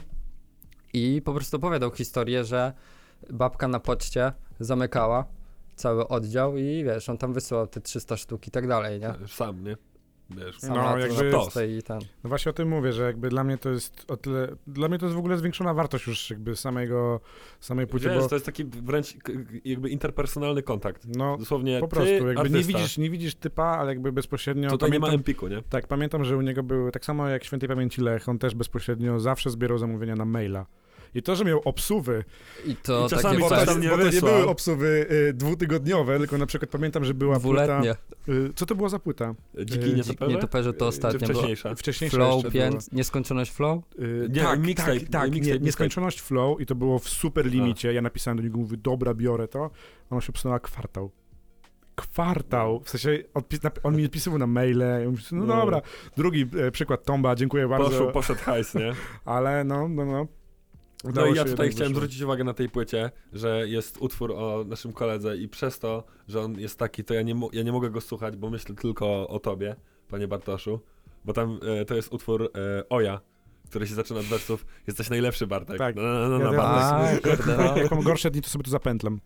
i po prostu opowiadał historię, że babka na poczcie zamykała cały oddział i wiesz, on tam wysyłał te trzysta sztuk i tak dalej, nie? Sam, nie? Wiesz, Sam No, na to, jakby- że proste i ten. no właśnie o tym mówię, że jakby dla mnie to jest o tyle, dla mnie to jest w ogóle zwiększona wartość już jakby samego, samej płyty, Wiesz, bo to jest taki wręcz k- jakby interpersonalny kontakt. no Dosłownie po ty, prostu jakby artysta. nie widzisz, nie widzisz typa, ale jakby bezpośrednio Tutaj nie ma pamiętam, empiku, nie? tak, pamiętam, że u niego były, tak samo jak świętej pamięci Lech, on też bezpośrednio zawsze zbierał zamówienia na maila. I to, że miał obsuwy, I to I czasami takie coś fest- tam nie bo to nie wysłał. były obsuwy y, dwutygodniowe, tylko na przykład pamiętam, że była płyta... dwuletnie. Y, co to była za płyta? Dziki Yy, nietoperze? Nietoperze to Czy ostatnio było. wcześniejsza? Wcześniejsza Flow, jeszcze była. pięć, nieskończoność flow? Y, Nie, tak, mixtape, tak, tak, mixtape, nie, nieskończoność flow i to było w super limicie. Ja napisałem do niego, mówię, dobra, biorę to. Ona się obsunęła kwartał. Kwartał. W sensie odpis, nap- on mi odpisywał na maile. Ja mówię, no, No. dobra. Drugi e, przykład Tomba, dziękuję bardzo. Poszł, poszedł hajs, nie? Ale no, no, no. No Udało i ja się, tutaj jednak chciałem wyszło. zwrócić uwagę na tej płycie, że jest utwór o naszym koledze i przez to, że on jest taki, to ja nie, mo- ja nie mogę go słuchać, bo myślę tylko o tobie, panie Bartoszu, bo tam e, to jest utwór e, Oja, który się zaczyna od wersów Jesteś najlepszy, Bartek. Tak. No, no, no, Ja no, też- Bartek. A, kurde, no. Jak mam gorsze dni, to sobie to zapętlam.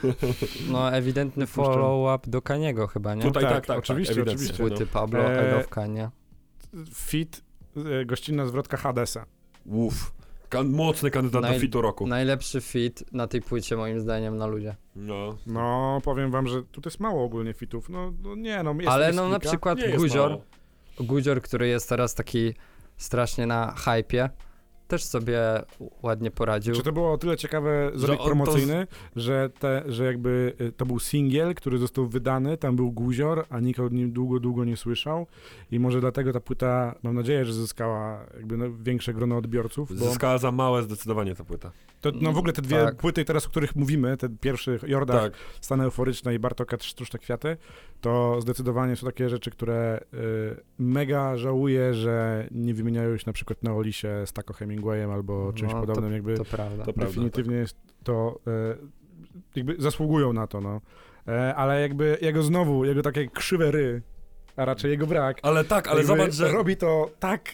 No ewidentny Puszczam. follow-up do Kaniego chyba, nie? Tutaj tak, tak, tak, oczywiście, tak, ewidentnie, oczywiście. Płyty no. Pablo Eee, Edo w Kanie. Fit, e, gościnna zwrotka Hadesa. Uff, kan- mocny kandydat Naj- do fitu roku. Najlepszy fit na tej płycie moim zdaniem na ludzie. No. No, powiem wam, że tu jest mało ogólnie fitów. No, no nie, no jest Ale jest no na kilka. przykład Nie jest Guzior, mało. Guzior, który jest teraz taki strasznie na hypie, też sobie ładnie poradził. Czy to było o tyle ciekawe zabieg on to promocyjny, że, te, że jakby y, to był singiel, który został wydany, tam był Guzior, a nikt o nim długo, długo nie słyszał i może dlatego ta płyta, mam nadzieję, że zyskała jakby no, większe grono odbiorców, bo Zyskała za małe zdecydowanie ta płyta. to, no w ogóle te dwie Tak. płyty teraz, o których mówimy, te pierwsze Jordach, Tak. Stany Euforyczne i Bartoka Sztuczne Kwiaty, to zdecydowanie są takie rzeczy, które y, mega żałuję, że nie wymieniają się na przykład na Olisie z Taco Hemingwayem albo czymś No, podobnym, to, jakby to prawda. To prawda. definitywnie jest to, e, jakby zasługują na to, no. E, ale jakby jego znowu, jego takie krzywe ry, a raczej jego brak, Ale tak, ale jakby zobacz, że... robi to tak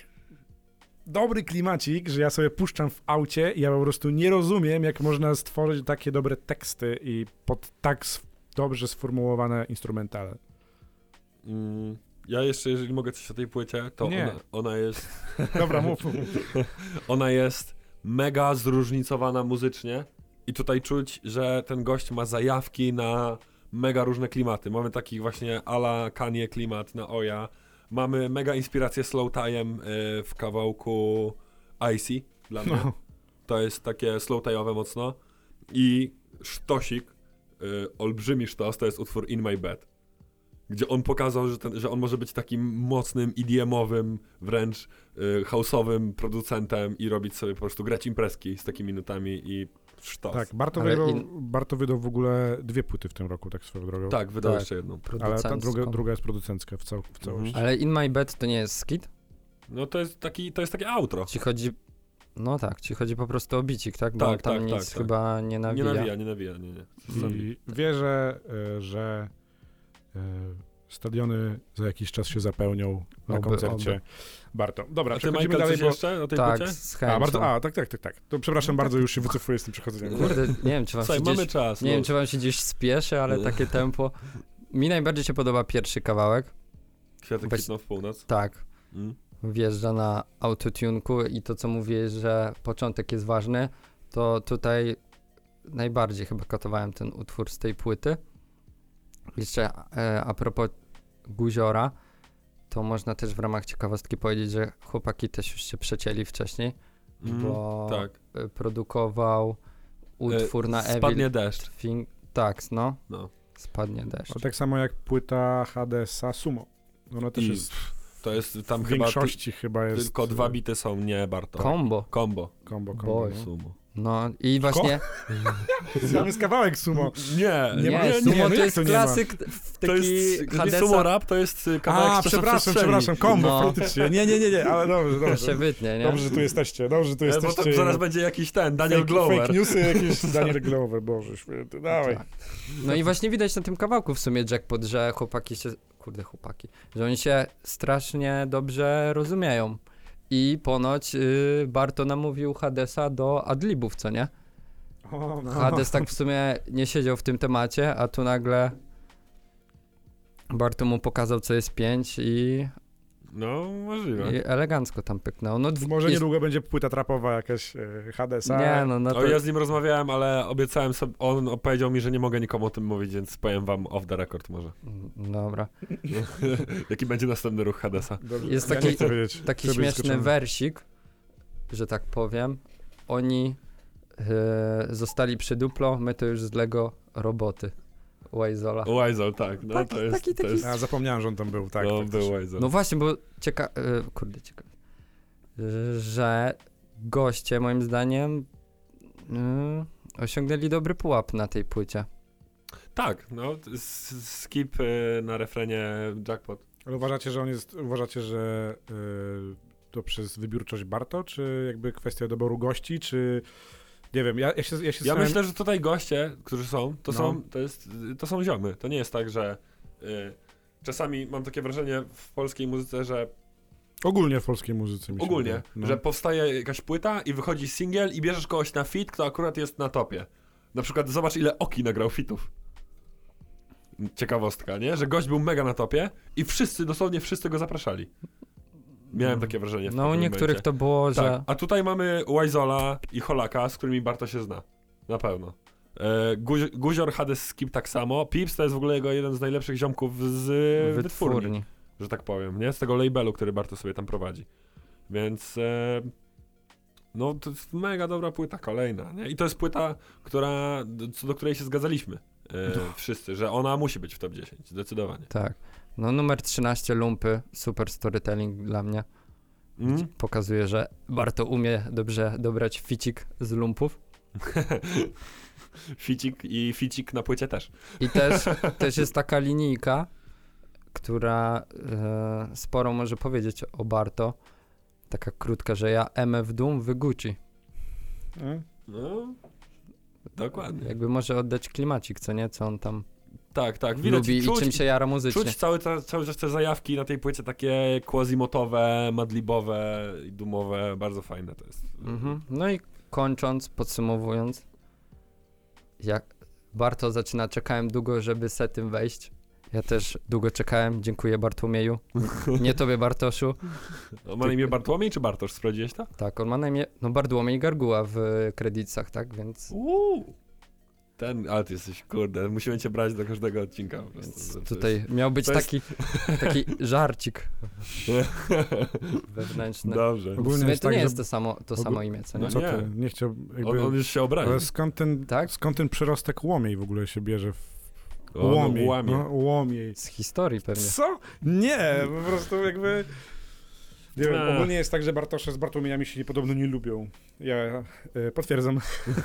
dobry klimacik, że ja sobie puszczam w aucie i ja po prostu nie rozumiem, jak można stworzyć takie dobre teksty i pod tak sf- dobrze sformułowane instrumentale. Mm, ja jeszcze, jeżeli mogę coś o tej płycie, to Nie. ona, ona jest... Dobra, mów. Ona jest mega zróżnicowana muzycznie i tutaj czuć, że ten gość ma zajawki na mega różne klimaty. Mamy taki właśnie ala Kanye klimat na Oja. Mamy mega inspirację slow time'em y, w kawałku Icy dla mnie. No. To jest takie slow time'owe mocno. I sztosik, y, olbrzymi sztos, to jest utwór In My Bed. gdzie on pokazał, że, ten, że on może być takim mocnym, E D M-owym, wręcz y, house'owym producentem i robić sobie po prostu, grać imprezki z takimi nutami i sztos. Tak, Barto Ale wydał, in- Barto wydał w ogóle dwie płyty w tym roku, tak swoją drogą. Tak, wydał Tak. jeszcze jedną. Ale ta druga, producencką. druga jest producencka w, cał, w całości. Mhm. Ale In My Bed to nie jest skit? No to jest, taki, to jest takie outro. Ci chodzi... No tak, ci chodzi po prostu o bicik, tak? Bo Tak, on tam tak, nic tak, tak. chyba nie Nie nawija. nawija, nie nawija, nie, nie. I wierzę, y, że y, stadiony za jakiś czas się zapełnią na Oby, koncercie oby. Barto. Dobra, A ty, przechodzimy Michael, dalej, coś bo... jeszcze o tej Tak, płycie? z chęcią. A, bardzo, a, tak, tak, tak, tak. To przepraszam bardzo, już się wycofuję z tym przechodzeniem. Kurde, nie wiem, czy wam się Słuchaj, gdzieś... mamy czas. Nie no. wiem, czy wam się gdzieś spieszy, ale takie tempo. Mi najbardziej się podoba pierwszy kawałek. Kwiatek Weź- kwitną w północ. Tak, Mm. wjeżdża na autotunku i to, co mówię, że początek jest ważny, to tutaj najbardziej chyba katowałem ten utwór z tej płyty. Jeszcze e, a propos Guziora, to można też w ramach ciekawostki powiedzieć, że chłopaki też już się przecięli wcześniej, Mm, bo tak. e, produkował utwór na Evil. Spadnie deszcz. Thing- tak, no, No. spadnie deszcz. No, tak samo jak płyta Hadesa Sumo. Ona też I jest to jest tam w chyba ty, większości chyba jest... tylko dwa bity są, nie Barto. Combo. Combo. Kombo, kombo. Boy. No. Sumo. No i właśnie... Tam jest kawałek Sumo. Nie, Nie Nie, ma- nie, Sumo no to jak jest to nie ma? klasyk w To taki jest, nie Hadesa. Sumo Rap, to jest y, kawałek A, z przepraszam, czasoprzestrzeni. przepraszam, kombo, No. faktycznie. Nie, nie, nie, nie, ale dobrze, To się dobrze. wytnie, nie? Dobrze, że tu jesteście, dobrze, że tu E, Bo jesteście. to zaraz będzie jakiś ten, Daniel fake, Glover. Fake newsy jakieś, Daniel Glover, Boże święty, dawaj. Tak. No i właśnie widać na tym kawałku w sumie Jackpot, że chłopaki się, kurde chłopaki, że oni się strasznie dobrze rozumieją. I ponoć y, Barto namówił Hadesa do adlibów, co nie? O, no. Hades tak w sumie nie siedział w tym temacie, a tu nagle Barto mu pokazał, co jest pięć i, No, możliwe. i elegancko tam pyknął. No, dw- Może jest- niedługo będzie płyta trapowa jakaś e, Hadesa. Nie, no, no to... O, ja z nim rozmawiałem, ale obiecałem sobie, on powiedział mi, że nie mogę nikomu o tym mówić, więc powiem wam off the record może. Mm, Dobra. Jaki będzie następny ruch Hadesa. Dobrze, Jest ja taki- nie chcę wiedzieć. Taki Chcę być śmieszny zaskoczony. wersik, że tak powiem. Oni e, zostali przy Duplo, my to już z Lego roboty. Wajzola. Weasel, tak. No, Taki- to jest, taki- to taki- jest, A, zapomniałem, że on tam był, tak. no, faktycznie. był Weasel. No właśnie, bo cieka... E, kurde, ciekawe. E, że goście, moim zdaniem, e, osiągnęli dobry pułap na tej płycie. Tak, no, s- skip y, na refrenie Jackpot. Ale uważacie, że on jest, uważacie, że y, to przez wybiórczość Barto, czy jakby kwestia doboru gości, czy nie wiem, ja, ja się, ja się Ja zastanawiam- myślę, że tutaj goście, którzy są, to No. są, to jest, to są ziomy. To nie jest tak, że y, czasami mam takie wrażenie w polskiej muzyce, że ogólnie w polskiej muzyce mi się ogólnie, wydaje. No. że powstaje jakaś płyta i wychodzi singiel i bierzesz kogoś na fit, kto akurat jest na topie. Na przykład zobacz, ile Oki nagrał fitów. Ciekawostka, nie? Że gość był mega na topie i wszyscy, dosłownie wszyscy go zapraszali. Miałem takie wrażenie w No u pewnym niektórych momencie. to było, Tak, że... a tutaj mamy Wajzola i Holaka, z którymi Barto się zna. Na pewno. E, Guzi- Guzior, Hades, Skip tak samo. Pips to jest w ogóle jego jeden z najlepszych ziomków z wytwórni, wytwórni. że tak powiem, nie? Z tego labelu, który Barto sobie tam prowadzi. Więc e, no to jest mega dobra płyta, kolejna, nie? I to jest płyta, która, co do której się zgadzaliśmy e, wszyscy, że ona musi być w top dziesięć, zdecydowanie. Tak. No numer trzynaście, Lumpy, super storytelling dla mnie. Mm? Pokazuje, że Barto umie dobrze dobrać ficik z lumpów. Ficik i ficik na płycie też. I też, też jest taka linijka, która e, sporo może powiedzieć o Barto. Taka krótka, że ja M F Doom wy Gucci. Mm? No, dokładnie. Jakby może oddać klimacik, co nie? Co on tam Tak, tak, widać, lubi czuć, i czym się jara muzycznie. czuć cały, czas- cały czas te zajawki na tej płycie takie quasimotowe, madlibowe i dumowe, bardzo fajne to jest. Mhm. No i kończąc, podsumowując, jak Barto zaczyna, czekałem długo, żeby setym wejść. Ja też długo czekałem, dziękuję Bartłomieju. Nie tobie, Bartoszu. On ma na imię Bartłomiej czy Bartosz, sprawdziłeś to? Tak, on ma na imię, no Bartłomiej Garguła w kredytach, tak, więc, Uuu. Ten, ale ty jesteś, kurde, musimy cię brać do każdego odcinka po prostu. więc To tutaj miał być to jest- taki, taki żarcik jest- wewnętrzny. Dobrze. W Ogólnie sumie jest to tak, nie że- jest to samo, to ogó- samo imię, co No nie? Co nie. ty? Nie chciał jakby... On, on już się obraził. Ale skąd ten, Tak? skąd ten przyrostek łomiej w ogóle się bierze w O, no, Łomie. łamie. No, łomie. Z historii pewnie. Co? Nie, po prostu jakby... Nie wiem, Ech. ogólnie jest tak, że Bartosze z Bartłomiejami się podobno nie lubią. Ja e, potwierdzam.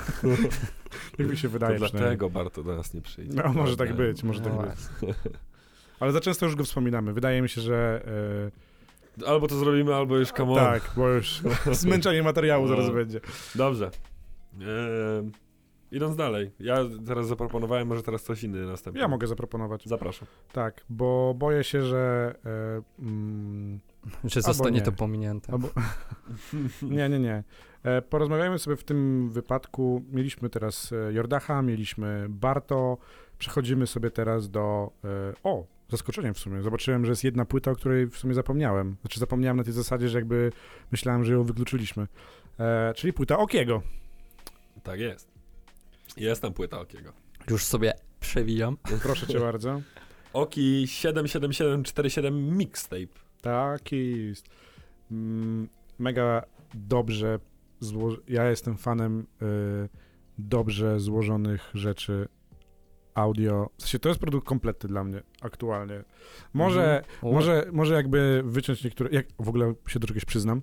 Jak mi się To wydaje przynajmniej. dlatego Barto do nas nie przyjdzie. No, może tak Nie. być, może tak No być. właśnie. Ale za często już go wspominamy. Wydaje mi się, że... Albo to zrobimy, albo już E, come on. tak, bo już zmęczenie materiału zaraz No. będzie. Dobrze. Eee, idąc dalej. Ja teraz zaproponowałem, może teraz coś inny następny. Ja mogę zaproponować. Zapraszam. Tak, bo boję się, że... E, mm, Że zostanie nie. to pominięte. albo... nie, nie, nie. E, porozmawiajmy sobie w tym wypadku. Mieliśmy teraz e, Jordacha, mieliśmy Barto. Przechodzimy sobie teraz do... E, o, zaskoczeniem w sumie. Zobaczyłem, że jest jedna płyta, o której w sumie zapomniałem. Znaczy zapomniałem na tej zasadzie, że jakby myślałem, że ją wykluczyliśmy. E, czyli płyta Okiego. Tak jest. Jest tam płyta Okiego. Już sobie przewijam. Proszę cię bardzo. Oki siedem siedem siedem cztery siedem Mixtape. Tak jest. Mm, mega dobrze zło... Ja jestem fanem y, dobrze złożonych rzeczy audio. W sensie to jest produkt kompletny dla mnie aktualnie. Może, O, może, może jakby wyciąć niektóre... Jak w ogóle się do czegoś przyznam.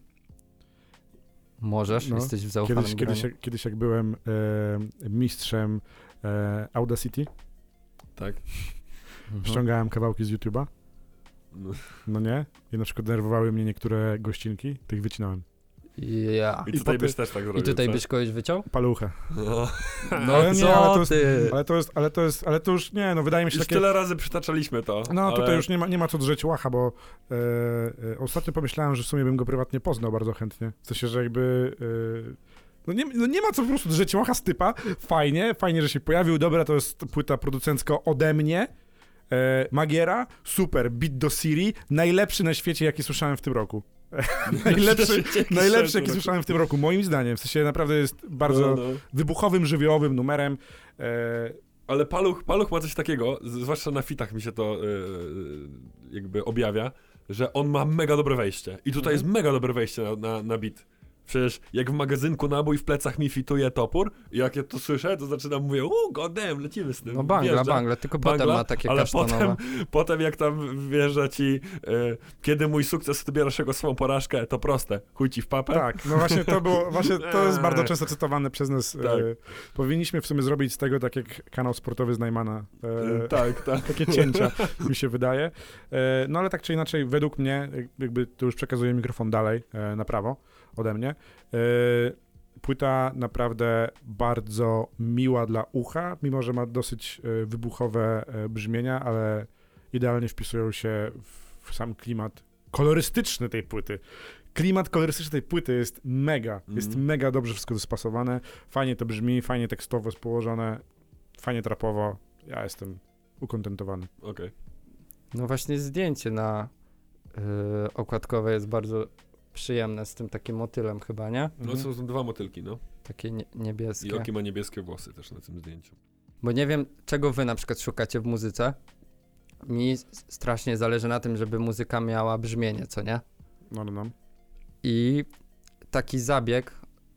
Możesz, no. jesteś w zaufanym Kiedyś, kiedyś, gronie. jak, kiedyś jak byłem e, mistrzem e, Audacity, Tak? Mhm. ściągałem kawałki z YouTube'a. No. No nie? I na przykład denerwowały mnie niektóre gościnki, tych wycinałem. Ja. I I tutaj potem- byś też tak zrobił. I tutaj co? byś kogoś wyciął? Paluchę. No. No Ale nie, co ale to jest- ty? Ale to jest, ale to jest, ale to już nie, no wydaje mi się Już takie... tyle razy przytaczaliśmy to. No ale... tutaj już nie ma, nie ma co drzeć łacha, bo e, e, ostatnio pomyślałem, że w sumie bym go prywatnie poznał bardzo chętnie. W sensie, że jakby... E, no, nie, no nie ma co po prostu drzeć łacha z typa. Fajnie, fajnie, że się pojawił. Dobra, to jest płyta producencka ode mnie. E, Magiera, super, beat do Siri. Najlepszy na świecie, jaki słyszałem w tym roku. najlepszy, najlepszy, jaki słyszałem w tym roku, moim zdaniem. W sensie naprawdę jest bardzo No, no. wybuchowym, żywiołowym numerem. E, Ale Paluch, Paluch ma coś takiego, z- zwłaszcza na fitach mi się to yy, jakby objawia, że on ma mega dobre wejście. I tutaj Mhm. jest mega dobre wejście na, na, na beat. Przecież jak w magazynku nabój w plecach mi fituje topór, i jak ja to słyszę, to zaczynam mówię, uuu, godem, lecimy z tym. No bangla, wjeżdża. bangla, tylko Bangla, potem ma takie ale kasztanowe. Potem jak tam wjeżdża ci, yy, kiedy mój sukces odbierasz jego swą porażkę, to proste, chuj ci w papę. Tak, no właśnie to było, właśnie to jest bardzo często cytowane przez nas. Tak. E, powinniśmy w sumie zrobić z tego tak jak kanał sportowy z Najmana. E, Yy, tak, tak. Takie cięcia, mi się wydaje. E, no ale tak czy inaczej, według mnie, jak- jakby to już przekazuję mikrofon dalej, e, na prawo ode mnie. E, płyta naprawdę bardzo miła dla ucha, mimo że ma dosyć e, wybuchowe e, brzmienia, ale idealnie wpisują się w, w sam klimat kolorystyczny tej płyty. Klimat kolorystyczny tej płyty jest mega, jest Mhm. mega dobrze wszystko spasowane, fajnie to brzmi, fajnie tekstowo jest położone, fajnie trapowo, ja jestem ukontentowany. Okej. No właśnie zdjęcie na yy, okładkowe jest bardzo przyjemne z tym takim motylem chyba, nie? No Mhm. są, są dwa motylki, no. Takie nie, niebieskie. I Oki ma niebieskie włosy też na tym zdjęciu. Bo nie wiem, czego wy na przykład szukacie w muzyce. Mi s- strasznie zależy na tym, żeby muzyka miała brzmienie, co nie? No, no, no. I taki zabieg,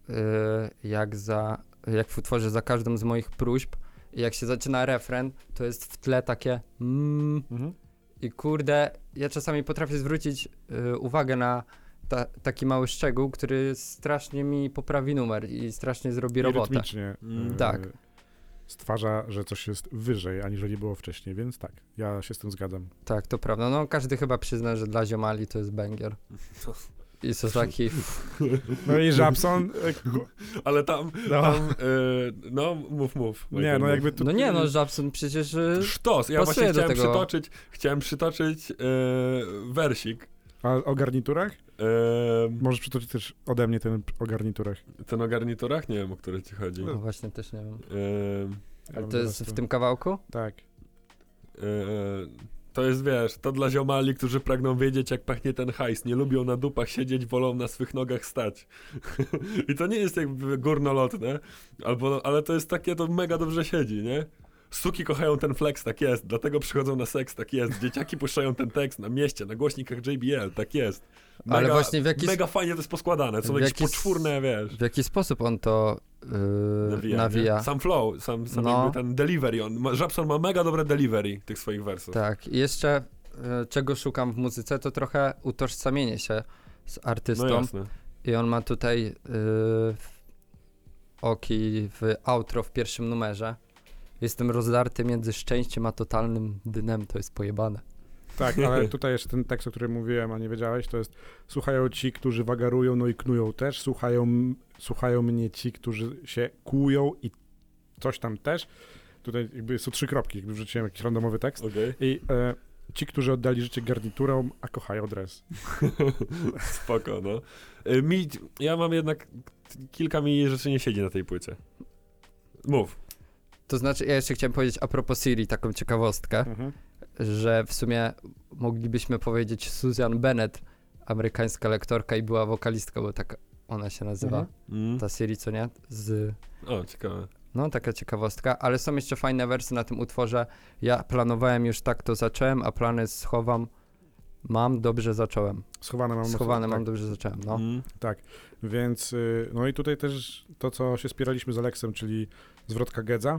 yy, jak, za, jak w utworze Za każdą z moich próśb, i jak się zaczyna refren, to jest w tle takie mm, Mhm. i kurde, ja czasami potrafię zwrócić y, uwagę na ta, taki mały szczegół, który strasznie mi poprawi numer i strasznie zrobi I robotę. rytmicznie Mm. e, Tak. stwarza, że coś jest wyżej, aniżeli było wcześniej, więc tak, ja się z tym zgadzam. Tak, to prawda. No każdy chyba przyzna, że dla ziomali to jest banger. I to taki... No i Żabson, e, ku- Ale tam, no, tam yy, no mów, mów. nie, Michael, no mów. jakby tu... No nie no, Żabson przecież... y, Sztos, ja pasuje właśnie do chciałem tego. przytoczyć, chciałem przytoczyć yy, wersik. A o garniturach? Yy, Możesz przytoczyć też ode mnie ten o garniturach. ten o garniturach? Nie wiem, o który ci chodzi. No właśnie też nie wiem. Yy, Ja Ale mam to jest zaraz w tym kawałku? Tak. yy, to jest, wiesz, to dla ziomali, którzy pragną wiedzieć, jak pachnie ten hajs. Nie lubią na dupach siedzieć, wolą na swych nogach stać. I to nie jest jakby górnolotne, albo, ale to jest takie, to mega dobrze siedzi, nie? Suki kochają ten flex, tak jest, dlatego przychodzą na seks, tak jest. Dzieciaki puszczają ten tekst na mieście, na głośnikach J B L, tak jest. Mega, Ale właśnie w jaki, mega fajnie to jest poskładane, są w jakieś jaki s- poczwórne, wiesz. w jaki sposób on to yy, Nawija, nawija. nie? Sam flow, sam, sam No. jakby ten delivery. On, ma, Żabson ma mega dobre delivery tych swoich wersów. Tak, i jeszcze y, czego szukam w muzyce, to trochę utożsamienie się z artystą. No jasne. I on ma tutaj y, oki w outro w pierwszym numerze. Jestem rozdarty między szczęściem a totalnym dnem, to jest pojebane. Tak, ale tutaj jeszcze ten tekst, o którym mówiłem, a nie wiedziałeś, to jest słuchają ci, którzy wagarują, no i knują też, słuchają, słuchają mnie ci, którzy się kłują i coś tam też. Tutaj jakby są trzy kropki, jakby wrzuciłem jakiś randomowy tekst. Okej. I e, ci, którzy oddali życie garniturą, a kochają dres. Spoko, no. Y, Mi, ja mam jednak, kilka mi rzeczy nie siedzi na tej płycie. Mów. To znaczy, ja jeszcze chciałem powiedzieć a propos Siri, taką ciekawostkę, Mhm. że w sumie moglibyśmy powiedzieć Susan Bennett, amerykańska lektorka i była wokalistka, bo tak ona się nazywa, Mhm. Mm. ta Siri, co nie? Z... O, ciekawe. No, taka ciekawostka, ale są jeszcze fajne wersy na tym utworze. Ja planowałem już tak, to zacząłem, a plany schowam. Mam, dobrze zacząłem. Schowane mam. Schowane mam, tak, dobrze zacząłem, no. Mm. tak, więc y, no i tutaj też to, co się spieraliśmy z Aleksem, czyli zwrotka Gedza.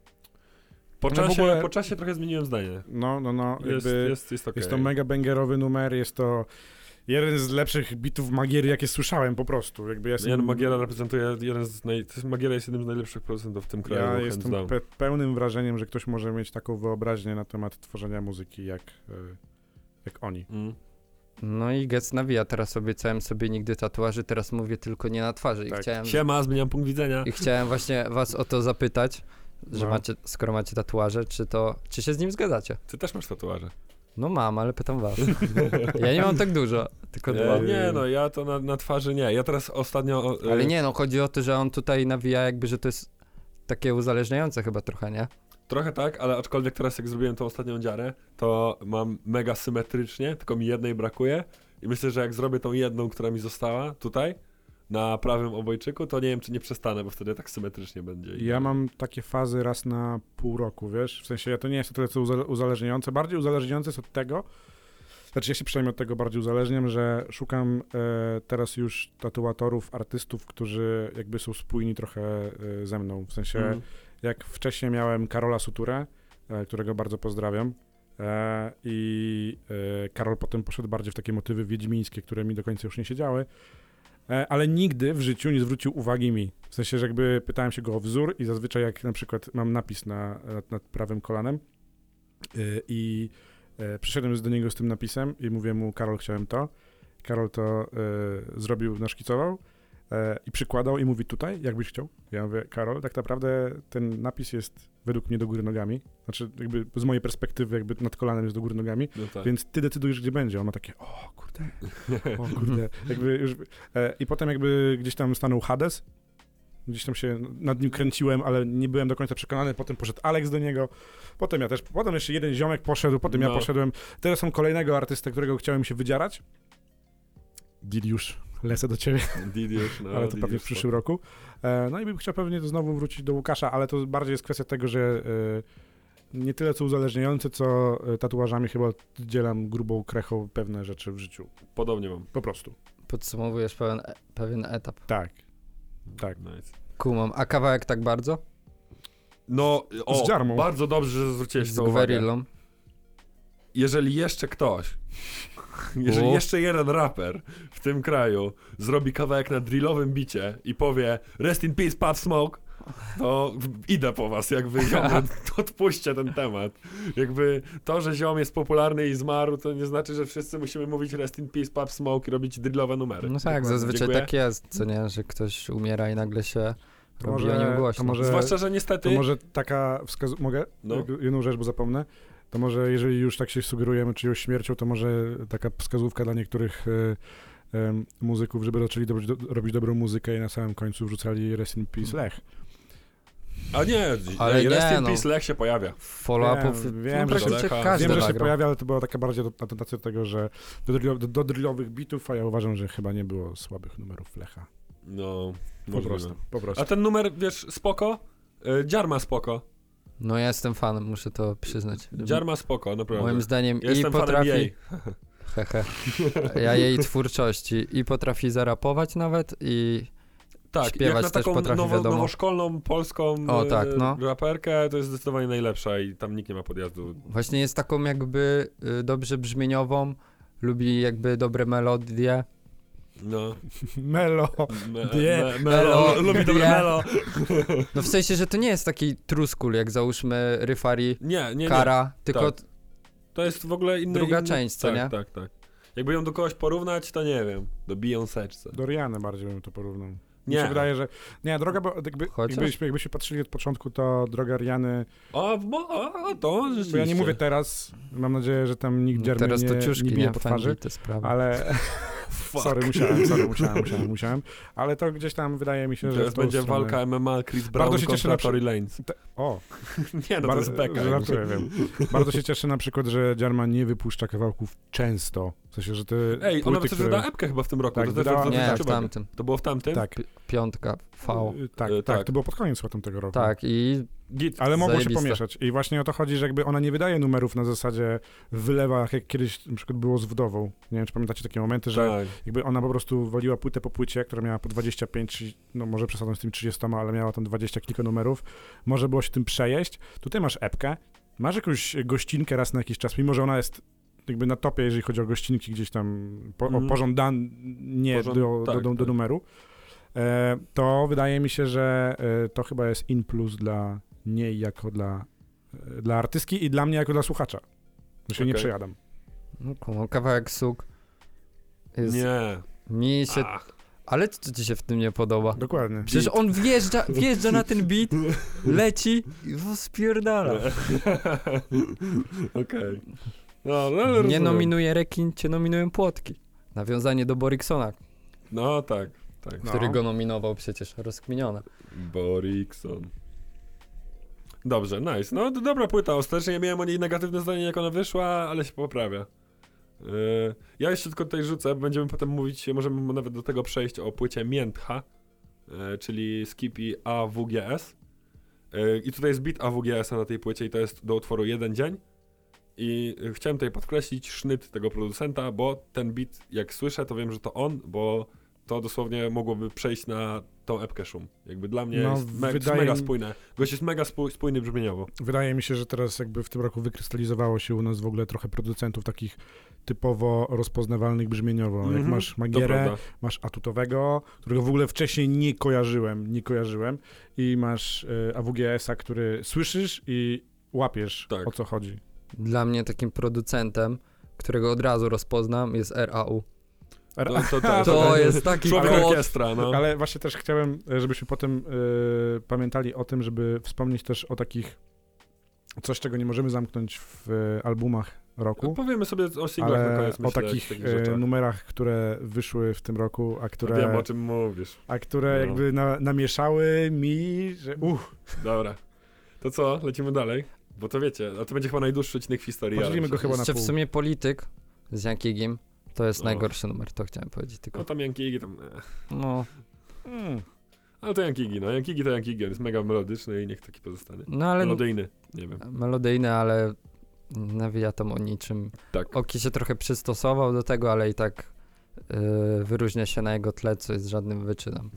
Po, No w czasie, ogóle- po czasie trochę zmieniłem zdanie. No, no, no, Jest, jakby jest, jest okej. jest to mega bangerowy numer, jest to jeden z lepszych bitów Magiery, jakie słyszałem po prostu. Jakby ja jestem, Jan Magiera reprezentuje jeden z naj... to jest- Magiera jest jednym z najlepszych producentów w tym kraju. ja hands jestem down. pe pełnym wrażeniem, że ktoś może mieć taką wyobraźnię na temat tworzenia muzyki, jak, y, jak oni. Mm. No i Gec nawija, teraz obiecałem sobie nigdy tatuaży, teraz mówię tylko nie na twarzy i Tak. chciałem... Siema, zmieniam punkt widzenia. I chciałem właśnie was o to zapytać, że No. macie, skoro macie tatuaże, czy to, czy się z nim zgadzacie? Ty też masz tatuaże. No mam, ale pytam was. Ja nie mam tak dużo, tylko dwa. E, nie, no ja to na, na twarzy nie. Ja teraz ostatnio... e, Ale nie, no chodzi o to, że on tutaj nawija jakby, że to jest takie uzależniające chyba trochę, nie? Trochę tak, ale aczkolwiek teraz jak zrobiłem tą ostatnią dziarę, to mam mega symetrycznie, tylko mi jednej brakuje i myślę, że jak zrobię tą jedną, która mi została tutaj, na prawym obojczyku, to nie wiem, czy nie przestanę, bo wtedy tak symetrycznie będzie. Ja mam takie fazy raz na pół roku, wiesz? W sensie ja to nie jest to tyle co uza- uzależniające. Bardziej uzależniające jest od tego, znaczy ja się przynajmniej od tego bardziej uzależniam, że szukam e, teraz już tatuatorów, artystów, którzy jakby są spójni trochę e, ze mną. W sensie Mhm. jak wcześniej miałem Karola Suturę, e, którego bardzo pozdrawiam, e, i e, Karol potem poszedł bardziej w takie motywy wiedźmińskie, które mi do końca już nie siedziały. E, Ale nigdy w życiu nie zwrócił uwagi mi. W sensie, że jakby pytałem się go o wzór i zazwyczaj jak na przykład mam napis na, nad, nad prawym kolanem y, i y, przyszedłem do niego z tym napisem i mówię mu, Karol, chciałem to. Karol to y, zrobił, naszkicował y, i przykładał i mówi tutaj, jakbyś chciał. Ja mówię, Karol, tak naprawdę ten napis jest według mnie do góry nogami. Znaczy jakby z mojej perspektywy jakby nad kolanem jest do góry nogami. No tak. Więc ty decydujesz, gdzie będzie. On ma takie, o kurde, o kurde. Jakby już, e, I potem jakby gdzieś tam stanął Hades, gdzieś tam się nad nim kręciłem, ale nie byłem do końca przekonany. Potem poszedł Alex do niego, potem ja też, potem jeszcze jeden ziomek poszedł, potem ja No. poszedłem. Teraz są kolejnego artystę, którego chciałem się wydzierać. Diliusz, lecę do ciebie, Didiusz, no, ale to Didiusz, pewnie w przyszłym roku. E, no i bym chciał pewnie to znowu wrócić do Łukasza, ale to bardziej jest kwestia tego, że e, nie tyle co uzależniające, co e, tatuażami chyba oddzielam grubą krechą pewne rzeczy w życiu. Podobnie mam. Po prostu. Podsumowujesz pewien, e- pewien etap. Tak. Tak. Nice. Kumam. A kawałek tak bardzo? No, o, Z Dżarmą. bardzo dobrze, że zwróciłeś Z to uwagę. Gwerillą. Jeżeli jeszcze ktoś, jeżeli O. jeszcze jeden raper w tym kraju zrobi kawałek na drillowym bicie i powie Rest in peace, Pop Smoke, to idę po was, jakby ziom, odpuśćcie ten temat. Jakby to, że ziom jest popularny i zmarł, to nie znaczy, że wszyscy musimy mówić Rest in peace, Pop Smoke i robić drillowe numery. No tak, zazwyczaj Dziękuję. tak jest, co nie, że ktoś umiera i nagle się To robi może- o nim to głośno. może- Zwłaszcza, że To niestety... może taka wskazówka, mogę? No. Jedną rzecz, bo zapomnę. To może, jeżeli już tak się sugerujemy czyjąś śmiercią, to może taka wskazówka dla niektórych e, e, muzyków, żeby zaczęli do, do, robić dobrą muzykę i na samym końcu wrzucali Rest in Peace Lech. A nie, Ale Rest nie, in no. Peace Lech się pojawia. Follow-upów Wiem, no, wiem, że się- praktycznie Lecha- każdy Wiem, że się nagrał. pojawia, ale to była taka bardziej atentacja do tego, że do, drillo, do, do drillowych bitów, a ja uważam, że chyba nie było słabych numerów Lecha. No, Po możliwe. prostu, po prostu. A ten numer, wiesz, spoko? Y, Dziarma spoko. No ja jestem fanem, muszę to przyznać. Dziarma spoko, naprawdę. Moim zdaniem ja i jestem fanem potrafi... jej. Hehe. Ja jej twórczości i potrafi zarapować nawet i Tak, śpiewać jak na też taką potrafi, nowo, wiadomo. nowoszkolną, polską O, e, tak, no. raperkę, to jest zdecydowanie najlepsza i tam nikt nie ma podjazdu. Właśnie jest taką jakby y, dobrze brzmieniową, lubi jakby dobre melodie. No. Melo. Me, Die. me, melo, Melo. lubi dobre Die. melo. No w sensie, że to nie jest taki truskul, jak załóżmy Ryfari, Nie, nie, nie. Kara, tylko Tak. To jest w ogóle inny... Druga inny, część, co tak, nie? Tak, tak. Jakby ją do kogoś porównać, to nie wiem. Do Beyoncé. Do Rihanny bardziej bym to porównał. Mi Nie. się wydaje, że... Nie, droga, bo jakby, Chociaż? jakbyśmy, jakbyśmy patrzyli od początku, to droga Rihanny... O, bo, o, to rzeczywiście. Bo ja nie mówię teraz, mam nadzieję, że tam nikt no, dziermy teraz nie, to nie ciuszki, bije nie, po fajnie twarzy, te sprawy. ale... Fuck. Sorry, musiałem, sorry, musiałem, musiałem, musiałem. Ale to gdzieś tam wydaje mi się, że Teraz w tą będzie stronę... walka M M A Chris Brown Bardzo się cieszę kontra na przy- Tory Lanez. Te... O, Nie, no to jest beka. żartuję, wiem. Bardzo się cieszę na przykład, że Dziarma nie wypuszcza kawałków często. W sensie, że te Ej, ona płyty, też które... wydała epkę chyba w tym roku. Tak, to też wydała- warto Nie, zwrócić w uwagę. tamtym. To było w tamtym? Tak, Pi- Piątka, V. y, tak, Y, tak, tak. to było pod koniec chyba tamtego roku. Tak, i Git. Ale mogło się Zajebiste. pomieszać. I właśnie o to chodzi, że jakby ona nie wydaje numerów na zasadzie w wylewach, jak kiedyś na przykład było z Wdową. Nie wiem, czy pamiętacie takie momenty, że Tak. jakby ona po prostu waliła płytę po płycie, która miała po dwadzieścia pięć, no może przesadzam z tymi trzydziestoma, ale miała tam dwadzieścia kilka numerów. Może było się tym przejeść. Tutaj masz epkę, masz jakąś gościnkę raz na jakiś czas, mimo że ona jest jakby na topie, jeżeli chodzi o gościnki gdzieś tam, po, Mhm. o pożądanie Porząd- do, tak, do, do, do tak. numeru. E, to wydaje mi się, że e, to chyba jest in plus dla niej jako dla, e, dla artystki i dla mnie jako dla słuchacza. Że się nie Okej. przejadam. no, ku- kawałek suk jest, Nie. mi się, Ach. ale co ci się w tym nie podoba? Dokładnie. Przecież on wjeżdża, wjeżdża na ten beat, leci i go spierdala. Okej. No, no, ale Nie rozumiem. nominuje rekin, cię nominują płotki. Nawiązanie do Boriksona, No tak, tak. No. który go nominował przecież, rozkminione. Borikson. Dobrze, nice. No to dobra płyta. Ostatecznie ja miałem o niej negatywne zdanie, jak ona wyszła, ale się poprawia. Yy, ja jeszcze tylko tutaj rzucę, będziemy potem mówić, możemy nawet do tego przejść o płycie Miętcha, yy, czyli Skippy A W G S. Yy, I tutaj jest beat A W G S-a na tej płycie i to jest do utworu Jeden Dzień. I yy, chciałem tutaj podkreślić sznyt tego producenta, bo ten beat, jak słyszę, to wiem, że to on, bo to dosłownie mogłoby przejść na tą epkę szum. Jakby dla mnie No, jest, me jest wydaje mega mi- spójne. Gość jest mega spój spójny brzmieniowo. Wydaje mi się, że teraz jakby w tym roku wykrystalizowało się u nas w ogóle trochę producentów takich typowo rozpoznawalnych brzmieniowo. Jak Mhm, masz To Magierę, prawda. masz Atutowego, którego w ogóle wcześniej nie kojarzyłem, nie kojarzyłem i masz y, A W G S-a, który słyszysz i łapiesz, Tak. o co chodzi. Dla mnie takim producentem, którego od razu rozpoznam, jest R A U. R- To, to, też. To jest taki Człowiek kod. orkiestra, no. Ale właśnie też chciałem, e, żebyśmy potem y, pamiętali o tym, żeby wspomnieć też o takich, coś czego nie możemy zamknąć w y, albumach roku, Powiemy sobie o singlach na ale koniec, o myślę, takich takich e, rzeczach. numerach, które wyszły w tym roku, a które, Wiem, o czym mówisz. a które No. jakby na, namieszały mi, że uff, Dobra. To co? Lecimy dalej? Bo to wiecie, a to będzie chyba najdłuższy odcinek w historii. Podzielimy ale- go chyba na Jeszcze w pół. sumie Polityk z Jankigiem, to jest No. najgorszy numer, to chciałem powiedzieć No tylko. tam Jankigi, tam... eh. No, Mm. Ale to Jankigi, no. Jankigi to Jankigi, on jest mega melodyczny i niech taki pozostanie. no ale Melodyjny, nie wiem. melodyjny, ale nawija tam o niczym. Tak. Oki się trochę przystosował do tego, ale i tak yy, wyróżnia się na jego tle, co jest żadnym wyczynem.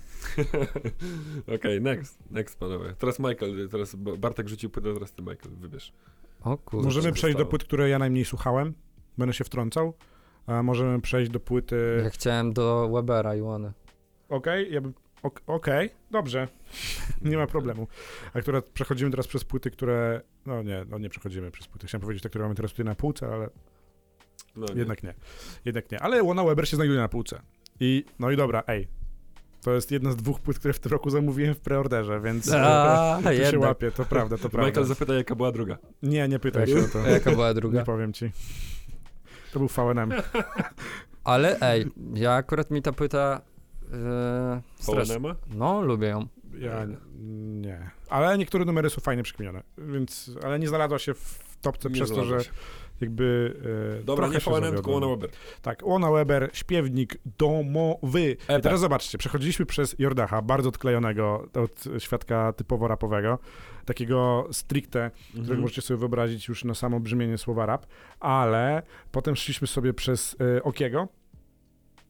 Okej, next. Next, panowie. Teraz Michael, teraz Ba- Bartek rzucił płytę, teraz ty, Michael, wybierz. O kurde. Możemy się przejść do stało? płyt, które ja najmniej słuchałem, będę się wtrącał, a możemy przejść do płyty, Ja chciałem do Webera i Łany. okej, ja bym, ok- okej, dobrze, nie ma problemu. Akurat przechodzimy teraz przez płyty, które, no nie, no nie przechodzimy przez płyty, chciałem powiedzieć te, które mamy teraz tutaj na półce, ale No, nie. jednak nie, jednak nie, ale Łona Weber się znajduje na półce i, no i dobra, ej, to jest jedna z dwóch płyt, które w tym roku zamówiłem w preorderze, więc A, tu się jednak. łapie, to prawda, to prawda. Michael zapyta, jaka była druga. Nie, nie pytaj się o to, A jaka była nie druga? powiem ci. To był V N M. Ale ej, ja akurat mi ta płyta yy, strasznie. Połonema? No, lubię ją. Ja nie. Ale niektóre numery są fajnie przekminione, więc, ale nie znalazła się w topce Nie przez to, znalazła że się. jakby e, Dobra, trochę nie się V N M, zawiodłem. tylko Łona Weber. Tak, Łona Weber, śpiewnik domowy. Epe. I teraz zobaczcie, przechodziliśmy przez Jordacha, bardzo odklejonego od świadka typowo rapowego, takiego stricte, którego Mhm. możecie sobie wyobrazić już na samo brzmienie słowa rap, ale potem szliśmy sobie przez e, Okiego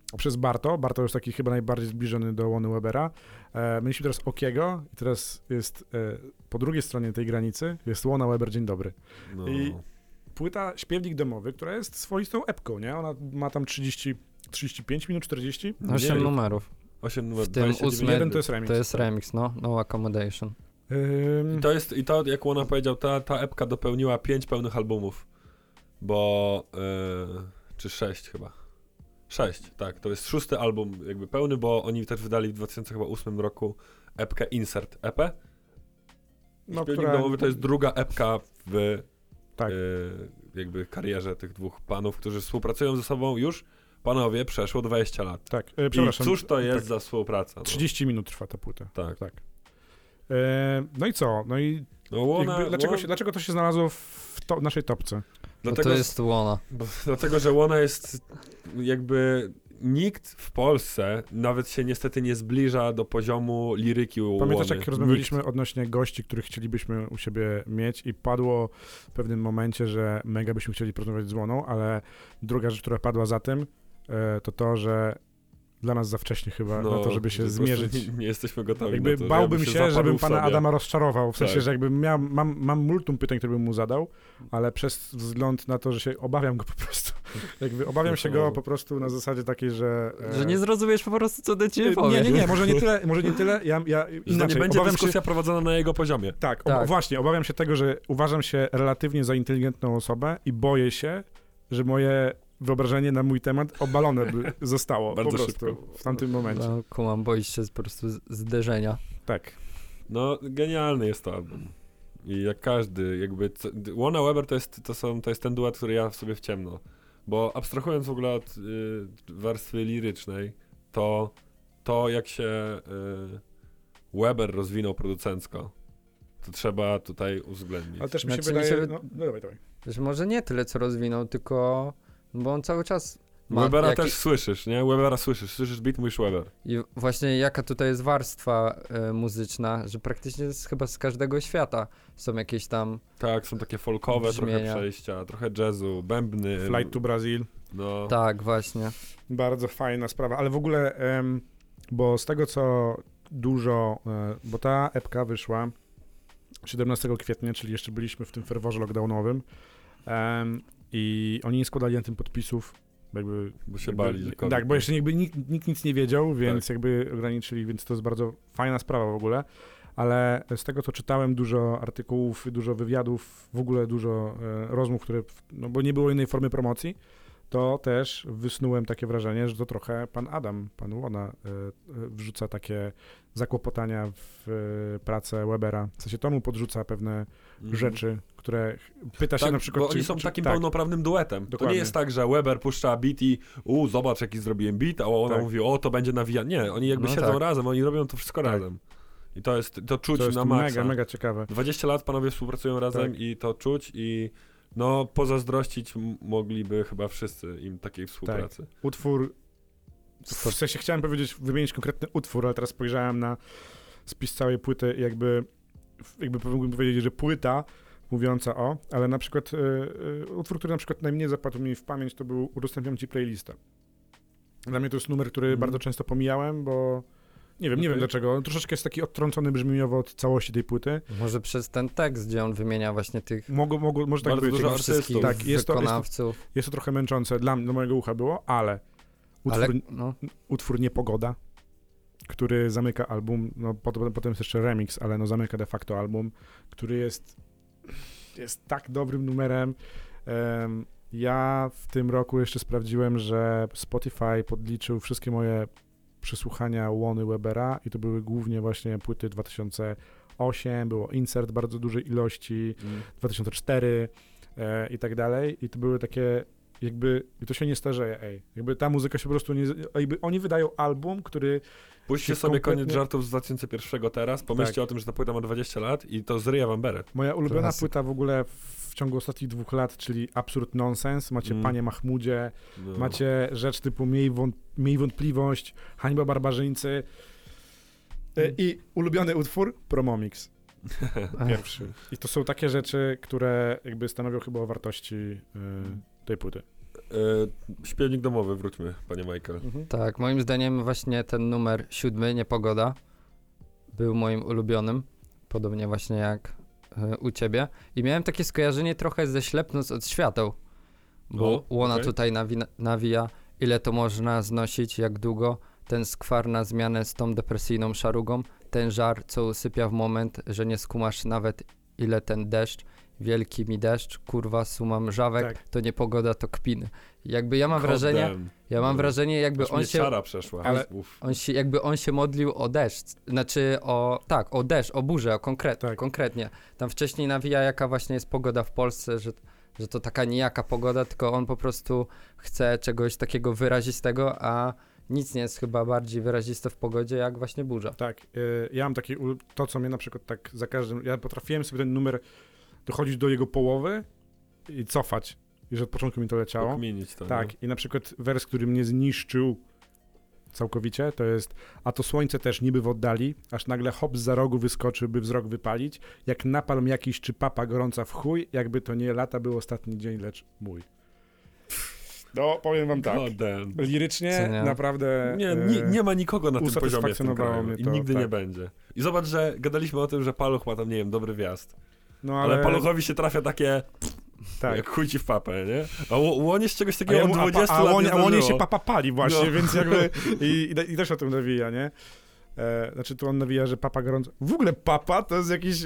przez Barto. Barto już taki chyba najbardziej zbliżony do Łony Webera. E, mieliśmy teraz Okiego i teraz jest e, po drugiej stronie tej granicy jest Łona Weber, dzień dobry. No. I płyta Śpiewnik domowy, która jest swoistą epką, nie? Ona ma tam trzydzieści, trzydzieści pięć minut, czterdzieści. osiem Nie, numerów. osiem numer w tym dwadzieścia dziewięć. ósmy- Jeden to jest remix. To jest remix, no. No Accommodation. Ym, I to jest, i to jak Łona powiedział, ta, ta epka dopełniła pięć pełnych albumów, bo, yy, czy sześć chyba, sześć, tak, to jest szósty album jakby pełny, bo oni też wydali w dwa tysiące ósmym roku epkę Insert E P. no, Śpiewnik która- domowy to jest druga epka w Tak. yy, jakby karierze tych dwóch panów, którzy współpracują ze sobą już, panowie, przeszło dwadzieścia lat. Tak, e, I przepraszam. cóż to jest tak, za współpraca? No. trzydzieści minut trwa ta płyta. Tak. Tak. E, no i co? No i No Łona, jakby, dlaczego, Łona, się, dlaczego to się znalazło w to, naszej topce? Bo dlatego, to jest Łona. Bo, dlatego, że Łona jest jakby nikt w Polsce nawet się niestety nie zbliża do poziomu liryki Łony. Pamiętasz, jak rozmawialiśmy Nikt. odnośnie gości, których chcielibyśmy u siebie mieć i padło w pewnym momencie, że mega byśmy chcieli porozmawiać z Łoną, ale druga rzecz, która padła za tym, e, to to, że dla nas za wcześnie chyba na to, żeby się że po prostu zmierzyć. Nie, nie jesteśmy gotowi Jakby na to, bałbym ja się, zaparł żebym w pana sobie. Adama rozczarował, w sensie, Tak. że jakby miał, mam, mam multum pytań, które bym mu zadał, ale przez wzgląd na to, że się obawiam go po prostu, jakby obawiam się go po prostu na zasadzie takiej, że... e, Że nie zrozumiesz po prostu, co do ciebie nie, powie. nie, nie, może nie tyle, może nie tyle, ja, ja Że to inaczej, nie będzie obawiam się, dyskusja prowadzona na jego poziomie. tak, Tak. Ob, właśnie, obawiam się tego, że uważam się relatywnie za inteligentną osobę i boję się, że moje wyobrażenie na mój temat obalone by zostało Bardzo po prostu szybko. w tamtym momencie. No, kumam, boisz się po prostu z- zderzenia. Tak. No, genialny jest to album. I jak każdy, jakby... co- Łona Weber to jest, to, są, to jest ten duet, który ja w sobie w ciemno. Bo abstrahując w ogóle od y, warstwy lirycznej, to to jak się y, Weber rozwinął producencko, to trzeba tutaj uwzględnić. Ale też mi się Znaczy, mi wydaje... się wy- No, no dawaj, dawaj. Że może nie tyle, co rozwinął, tylko... Bo on cały czas ma Webera jaki- też słyszysz, nie? Webera słyszysz, słyszysz beat, mówisz Weber. I właśnie jaka tutaj jest warstwa e, muzyczna, że praktycznie z, chyba z każdego świata są jakieś tam... Tak, są takie folkowe trochę Brzmienia. przejścia, trochę jazzu, bębny. Flight to Brazil. No, Tak, właśnie. Bardzo fajna sprawa, ale w ogóle, em, bo z tego co dużo, e, bo ta epka wyszła siedemnastego kwietnia, czyli jeszcze byliśmy w tym ferworze lockdownowym em, i oni nie składali na tym podpisów, jakby... bo się jakby, bali. Że COVID. tak, bo jeszcze jakby nikt, nikt nic nie wiedział, więc Tak. jakby ograniczyli, więc to jest bardzo fajna sprawa w ogóle, ale z tego co czytałem, dużo artykułów, dużo wywiadów, w ogóle dużo e, rozmów, które, no bo nie było innej formy promocji, to też wysnułem takie wrażenie, że to trochę pan Adam, pan Łona e, e, wrzuca takie zakłopotania w e, pracę Webera. W sensie to mu podrzuca pewne Mhm. rzeczy, które pyta się Tak, na przykład... bo oni są czy, takim tak, pełnoprawnym duetem. To Dokładnie. nie jest tak, że Weber puszcza beat i u, zobacz jaki zrobiłem beat, a ona Tak. mówi, o, to będzie nawijanie. Nie, oni jakby No siedzą tak. razem, oni robią to wszystko Tak. razem. I to jest, to czuć to jest na maksa. mega, mega ciekawe. dwadzieścia lat panowie współpracują razem Tak. i to czuć i no pozazdrościć m- mogliby chyba wszyscy im takiej współpracy. Utwór, w sensie chciałem powiedzieć, wymienić konkretny utwór, ale teraz spojrzałem na spis całej płyty i jakby, jakby mógłbym powiedzieć, że płyta mówiąca o, ale na przykład y, y, utwór, który na przykład najmniej zapadł mi w pamięć, to był Udostępniam ci playlistę. Dla mnie to jest numer, który Mhm. bardzo często pomijałem, bo nie wiem, nie wiem Okej. dlaczego, on troszeczkę jest taki odtrącony brzmieniowo od całości tej płyty. Może przez ten tekst, gdzie on wymienia właśnie tych Mogło, mogło, może tak Bardzo być. dużo jakby- artystów. wszystkich Tak, jest to, jest, to, wykonawców. jest to trochę męczące dla mnie, do mojego ucha było, ale utwór, Ale, no, utwór Niepogoda, który zamyka album, no potem, potem jest jeszcze remix, ale no zamyka de facto album, który jest, jest tak dobrym numerem. Em, ja w tym roku jeszcze sprawdziłem, że Spotify podliczył wszystkie moje przesłuchania Łony Webera i to były głównie właśnie płyty dwa tysiące osiem, było Insert bardzo dużej ilości, Mm. dwa tysiące cztery e, i tak dalej i to były takie jakby, i to się nie starzeje, ej, jakby ta muzyka się po prostu nie, jakby oni wydają album, który Puśćcie się sobie kompletnie- koniec żartów z dwa tysiące pierwszego teraz, pomyślcie Tak. o tym, że ta płyta ma dwadzieścia lat i to zryja wam beret. moja ulubiona Klasyk. płyta w ogóle w ciągu ostatnich dwóch lat, czyli Absurd Nonsense, macie Mm. Panie Mahmudzie, No. macie rzecz typu Miej, wąt, miej wątpliwość, Hańba Barbarzyńcy e, i ulubiony utwór Promomix, pierwszy. I to są takie rzeczy, które jakby stanowią chyba o wartości e, tej płyty. E, śpiewnik domowy, wróćmy, panie Michael. Mhm. Tak, moim zdaniem właśnie ten numer siódmy, Niepogoda, był moim ulubionym, podobnie właśnie jak y, u ciebie. I miałem takie skojarzenie trochę ze Ślepnąc od świateł, bo O, łona okej. tutaj nawi- nawija, ile to można znosić, jak długo, ten skwar na zmianę z tą depresyjną szarugą, ten żar, co usypia w moment, że nie skumasz nawet, ile ten deszcz, wielki mi deszcz, kurwa, suma mrzawek, Tak. to niepogoda, to kpiny. Jakby ja mam God wrażenie, damn. ja mam No. wrażenie, jakby Aż on mnie się... czara przeszła. Ale- Uf. On się, jakby on się modlił o deszcz, znaczy o, tak, o deszcz, o burzę, o konkret, Tak. konkretnie. Tam wcześniej nawija, jaka właśnie jest pogoda w Polsce, że, że to taka nijaka pogoda, tylko on po prostu chce czegoś takiego wyrazistego, a nic nie jest chyba bardziej wyraziste w pogodzie, jak właśnie burza. Tak, y, ja mam taki, ul- to co mnie na przykład tak za każdym, ja potrafiłem sobie ten numer dochodzić do jego połowy i cofać, i że od początku mi to leciało. Pokminić to. Tak, i na przykład wers, który mnie zniszczył całkowicie, to jest a to słońce też niby w oddali, aż nagle hop za rogu wyskoczy, by wzrok wypalić, jak napalm jakiś czy papa gorąca w chuj, jakby to nie lata był ostatni dzień, lecz mój. No, powiem wam tak, God damn. lirycznie Co nie? naprawdę... Nie, e, nie, nie ma nikogo na tym poziomie w tym usatysfakcjonowało kraju mnie i to, nigdy tak. nie będzie. I zobacz, że gadaliśmy o tym, że Paluch ma tam, nie wiem, dobry wjazd. No Ale, ale, Paluchowi się trafia takie, tak. jak chuj ci w papę, nie? A Ł- Łonie z czegoś A, takiego jemu, od a, pa, dwudziestu a, lat łonie, nie a łonie się zdarzyło. papa pali właśnie, No. więc jakby i, i, i też o tym nawija, nie? E, znaczy tu on nawija, że papa gorąco. W ogóle papa to jest jakiś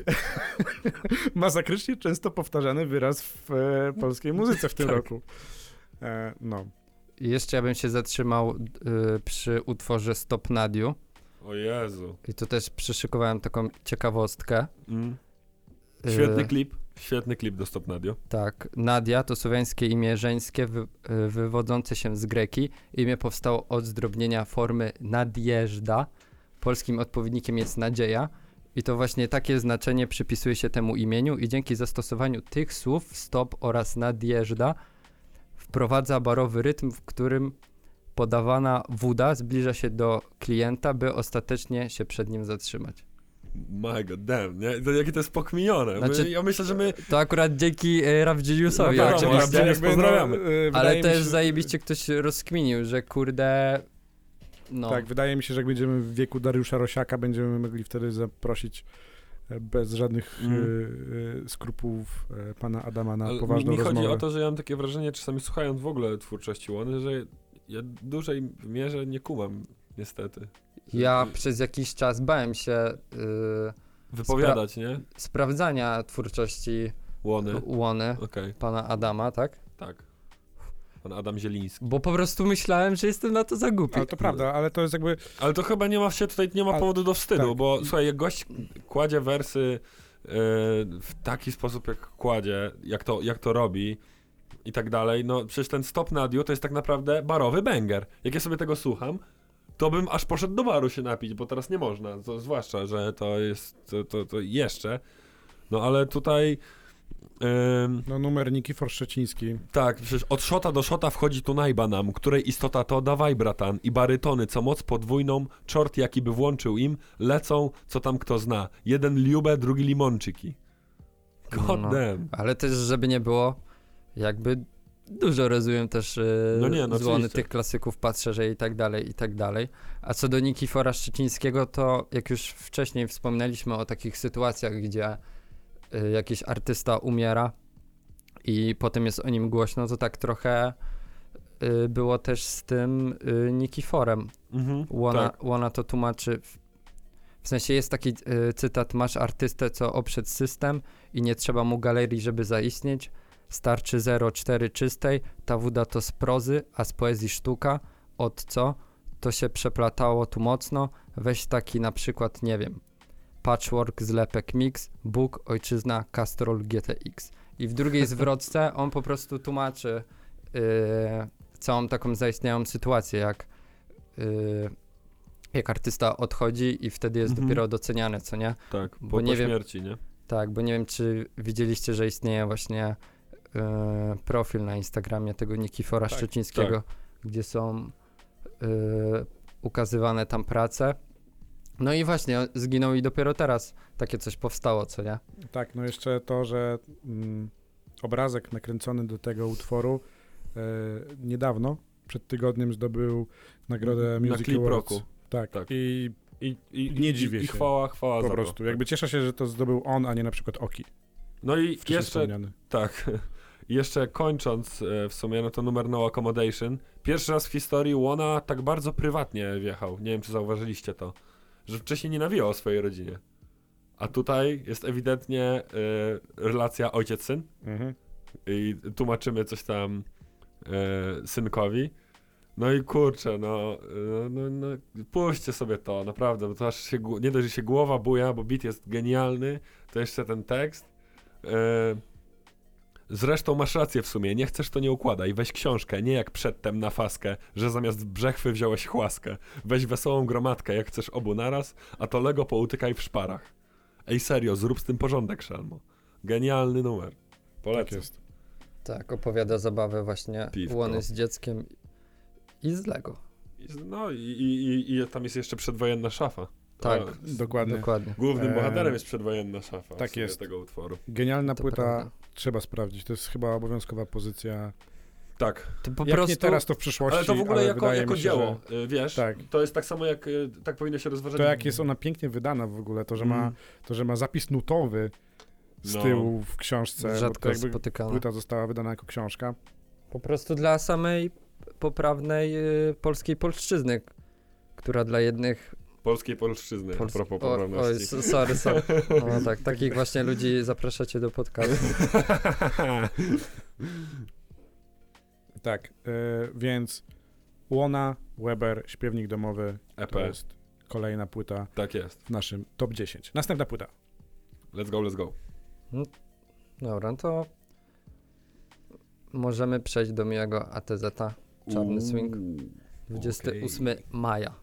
masakrycznie często powtarzany wyraz w e, polskiej muzyce w tym Tak. roku. E, no. I jeszcze ja bym się zatrzymał y, przy utworze Stop Nadiu O Jezu. i tu też przyszykowałem taką ciekawostkę. Mm. Y, Świetny klip, świetny klip do Stop Nadio. Tak, Nadia to słowiańskie imię żeńskie wy, y, wywodzące się z greki. Imię powstało od zdrobnienia formy Nadjeżda. Polskim odpowiednikiem jest nadzieja. I to właśnie takie znaczenie przypisuje się temu imieniu i dzięki zastosowaniu tych słów stop oraz nadjeżda wprowadza barowy rytm, w którym podawana woda zbliża się do klienta, by ostatecznie się przed nim zatrzymać. My god damn, nie? To, jakie to jest pokminione. Znaczy- My, ja myślę, że my... To akurat dzięki y, Rap Geniusowi No wiadomo, oczywiście. Rap Genius jakby, pozdrawiamy. e, wydaje Ale mi też się, że- zajebiście ktoś rozkminił, że kurde... No. Tak, wydaje mi się, że jak będziemy w wieku Dariusza Rosiaka, będziemy mogli wtedy zaprosić e, bez żadnych Mm. e, e, skrupułów e, pana Adama na Ale poważną mi, mi chodzi rozmowę. o to, że ja mam takie wrażenie, czasami słuchając w ogóle twórczości Łony, że ja w dużej mierze nie kumam, niestety. Ja przez jakiś czas bałem się y, Wypowiadać, nie? sprawdzania twórczości Łony. Łony Okej, pana Adama, tak? tak. Pan Adam Zieliński. Bo po prostu myślałem, że jestem na to za głupi. Ale to prawda, ale to jest jakby... Ale to chyba nie ma się tutaj, nie ma Ale- powodu do wstydu, tak. bo słuchaj, jak gość kładzie wersy yy, w taki sposób, jak kładzie, jak to, jak to robi i tak dalej, no przecież ten Stop Nadio to jest tak naprawdę barowy banger. Jak ja sobie tego słucham, to bym aż poszedł do baru się napić, bo teraz nie można, to, zwłaszcza, że to jest, to, to, to jeszcze. No ale tutaj... Ym, No numer Nikifor Szczeciński. tak, przecież od szota do szota wchodzi tu najba nam, której istota to dawaj bratan i barytony, co moc podwójną, czort jaki by włączył im, lecą, co tam kto zna. Jeden liubę, drugi limonczyki. God No. damn. Ale też, żeby nie było, jakby dużo rozumiem też y, No nie, no z Łony oczywiście. tych klasyków, patrzę, że i tak dalej, i tak dalej. A co do Nikifora Szczecińskiego, to jak już wcześniej wspominaliśmy o takich sytuacjach, gdzie y, jakiś artysta umiera i potem jest o nim głośno, to tak trochę y, było też z tym y, Nikiforem. Mhm, Łona, tak. Łona to tłumaczy, w, w sensie jest taki y, cytat, masz artystę, co oprzedł system i nie trzeba mu galerii, żeby zaistnieć, starczy zero przecinek cztery czystej, ta woda to z prozy, a z poezji sztuka, od co? To się przeplatało tu mocno, weź taki na przykład, nie wiem, patchwork, zlepek mix, Bóg, ojczyzna, Castrol, G T X. I w drugiej zwrotce on po prostu tłumaczy y, całą taką zaistniałą sytuację, jak y, jak artysta odchodzi i wtedy jest Mhm. dopiero doceniany, co nie? Tak, po, Bo po nie wiem- śmierci, nie? Tak, bo nie wiem, czy widzieliście, że istnieje właśnie e, profil na Instagramie tego Nikifora Tak, Szczecińskiego, gdzie są e, ukazywane tam prace. No i właśnie, on zginął i dopiero teraz takie coś powstało, co nie? Tak, no jeszcze to, że mm, obrazek nakręcony do tego utworu niedawno, przed tygodniem zdobył nagrodę Na Music Clip Awards. Roku. Tak. Tak. I I, i, Nie i, dziwię i, i się. chwała, chwała po za prostu, to. jakby cieszę się, że to zdobył on, a nie na przykład Oki. No i Wcześniej jeszcze, wspomniany. tak, jeszcze kończąc e, w sumie, no to numer No Accommodation. Pierwszy raz w historii Łona tak bardzo prywatnie wjechał. Nie wiem, czy zauważyliście to. Że wcześniej nie nawijał o swojej rodzinie. A tutaj jest ewidentnie e, relacja ojciec-syn. Mhm. I tłumaczymy coś tam e, synkowi. No i kurczę, no, no, no, no puśćcie sobie to, naprawdę, bo to aż się, gł- nie dość, że się głowa buja, bo beat jest genialny, to jeszcze ten tekst. E, zresztą masz rację w sumie, nie chcesz to nie układaj, weź książkę, nie jak przedtem na faskę, że zamiast brzechwy wziąłeś chłaskę. Weź wesołą gromadkę, jak chcesz obu naraz, a to Lego poutykaj w szparach. Ej serio, zrób z tym porządek, Szalmo. Genialny numer. Polecam. Tak jest. Tak, opowiada zabawę właśnie Piwko. Łony z dzieckiem i z Lego. I z- No i, i, i, i tam jest jeszcze przedwojenna szafa. Tak, To Dokładnie. dokładnie. Głównym Eee, bohaterem jest przedwojenna szafa. w tak sumie jest. Tego utworu. Genialna To płyta, prawda. trzeba sprawdzić. To jest chyba obowiązkowa pozycja. Tak. To po Jak prostu nie teraz, to w przyszłości. Ale to w ogóle ale jako, wydaje jako mi się, dzieło, że y, wiesz, Tak. to jest tak samo jak, y, tak powinno się rozważać. To jak jest ona pięknie wydana w ogóle, to, że ma, Mm. to, że ma zapis nutowy z No. tyłu w książce, bo rzadko to jakby spotykane. płyta została wydana jako książka. Po prostu dla samej poprawnej y, polskiej polszczyzny, która dla jednych... Polskiej polszczyzny, Pols- a propos o, oj, poprawności. s- sorry, sorry. No tak, takich właśnie ludzi zapraszacie do podcastu. Tak, e, więc Łona, Weber, Śpiewnik domowy, E to P, jest kolejna płyta tak jest. w naszym top dziesięć. Następna płyta. Let's go, let's go. Dobra, no to możemy przejść do miłego A T Z a. Czarny Swing. Uuu, dwudziestego ósmego maja.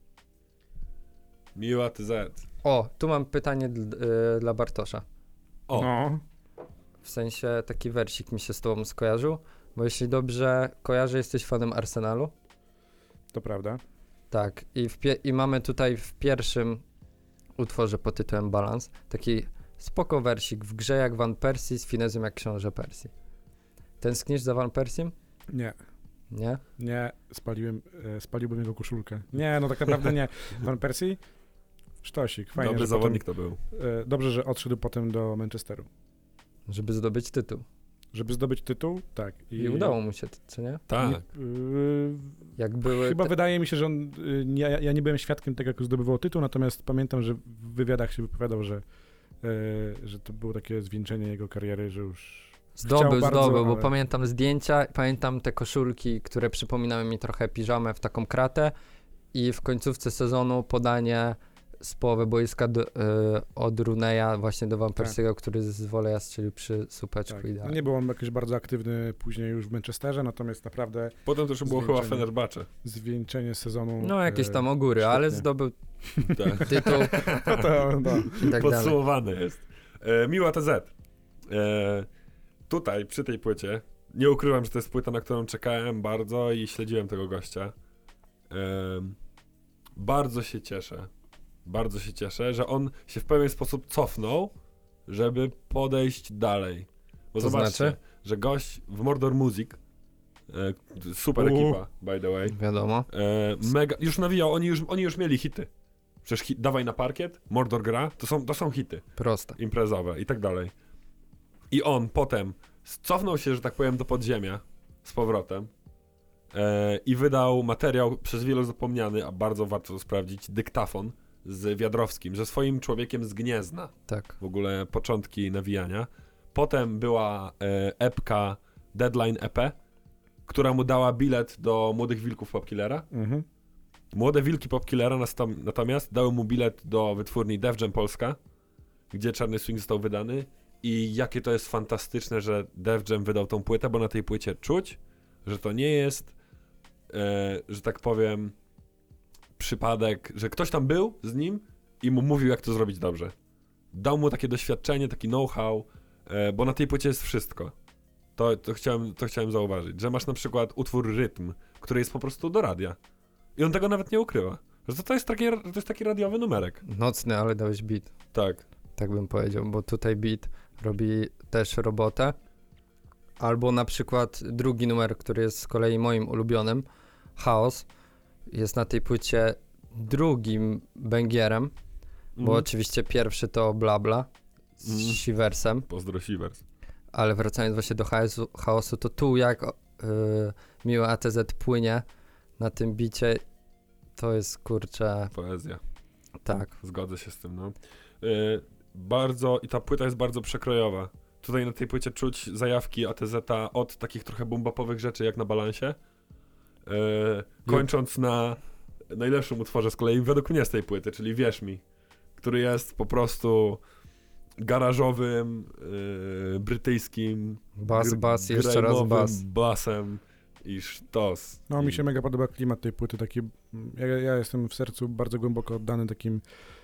Miła T Z. O, tu mam pytanie dl, y, dla Bartosza. O, No, W sensie taki wersik mi się z tobą skojarzył, bo jeśli dobrze kojarzę, jesteś fanem Arsenalu. to prawda. Tak, i, w pie- i mamy tutaj w pierwszym utworze pod tytułem Balans taki spoko wersik w grze jak Van Persie z finezją jak książę Persji. Tęsknisz za Van Persiem? Nie, Nie? nie, spaliłem, e, spaliłbym jego koszulkę. Nie, no tak naprawdę nie. Van Persie? Sztosik, fajnie, dobry że zawodnik to był. Potem, e, dobrze, że odszedł potem do Manchesteru. Żeby zdobyć tytuł. Żeby zdobyć tytuł, tak. I, udało mu się, to, czy nie? Tak. Nie, y, Jak były Chyba te- wydaje mi się, że on, y, nie, ja, ja nie byłem świadkiem tego, jak zdobywał tytuł, natomiast pamiętam, że w wywiadach się wypowiadał, że, y, że to było takie zwieńczenie jego kariery, że już Zdobył, chciał bardzo, zdobył, bo ale- pamiętam zdjęcia, pamiętam te koszulki, które przypominały mi trochę piżamę w taką kratę i w końcówce sezonu podanie z połowy boiska do, y, od Runeya właśnie do Van Persiego, który z woleja strzelił przy supeczku tak. i No dalej. nie był on jakoś bardzo aktywny później już w Manchesterze, natomiast naprawdę Potem też było chyba Zwieńczenie. Fenerbahce. zwieńczenie sezonu... No jakieś y, tam ogóry, ale świetnie. zdobył Tak. tytuł to, no. i tak dalej. Podsumowane jest. E, Miła T Z. E, tutaj, przy tej płycie, nie ukrywam, że to jest płyta, na którą czekałem bardzo i śledziłem tego gościa. E, bardzo się cieszę. Bardzo się cieszę, że on się w pewien sposób cofnął, żeby podejść dalej. Bo To zobaczcie, znaczy? że gość w Mordor Music, e, super U. ekipa, by the way, Wiadomo. E, mega, już nawijał, oni już, oni już mieli hity. Przecież hit, dawaj na parkiet, Mordor gra, to są, to są hity Proste. imprezowe i tak dalej. I on potem cofnął się, że tak powiem, do podziemia z powrotem e, i wydał materiał przez wielu zapomniany, a bardzo warto to sprawdzić, dyktafon z Wiadrowskim, ze swoim człowiekiem z Gniezna. Tak. W ogóle początki nawijania. Potem była e, epka Deadline E P, która mu dała bilet do Młodych Wilków Popkillera. Mhm. Młode Wilki Popkillera nastom- natomiast dały mu bilet do wytwórni Def Jam Polska, gdzie Czarny Swing został wydany. I jakie to jest fantastyczne, że Def Jam wydał tą płytę, bo na tej płycie czuć, że to nie jest, e, że tak powiem, przypadek, że ktoś tam był z nim i mu mówił, jak to zrobić dobrze. Dał mu takie doświadczenie, taki know-how, e, bo na tej płycie jest wszystko. To, to, chciałem, to chciałem zauważyć, że masz na przykład utwór Rytm, który jest po prostu do radia. I on tego nawet nie ukrywa. Że to, to, jest, taki, to jest taki radiowy numerek. Nocny, ale dałeś beat. Tak. Tak bym powiedział, bo tutaj beat robi też robotę. Albo na przykład drugi numer, który jest z kolei moim ulubionym, Chaos, jest na tej płycie drugim bangierem, bo Mhm. oczywiście pierwszy to Blabla z Mhm. Shiversem, Pozdro Shivers. ale wracając właśnie do chaosu, chaosu to tu jak yy, miły A T Z płynie na tym bicie, to jest kurczę, Poezja. tak. Zgodzę się z tym, no. Yy, bardzo, i ta płyta jest bardzo przekrojowa. Tutaj na tej płycie czuć zajawki A T Z-a od takich trochę bumbapowych rzeczy jak na Balansie, yy, kończąc na najlepszym utworze z kolei według mnie z tej płyty, czyli Wierz mi, który jest po prostu garażowym, yy, brytyjskim Bas, gr- bas, jeszcze raz grajmowym bas. basem i sztos. No mi I- się mega podoba klimat tej płyty, taki, ja, ja jestem w sercu bardzo głęboko oddany takim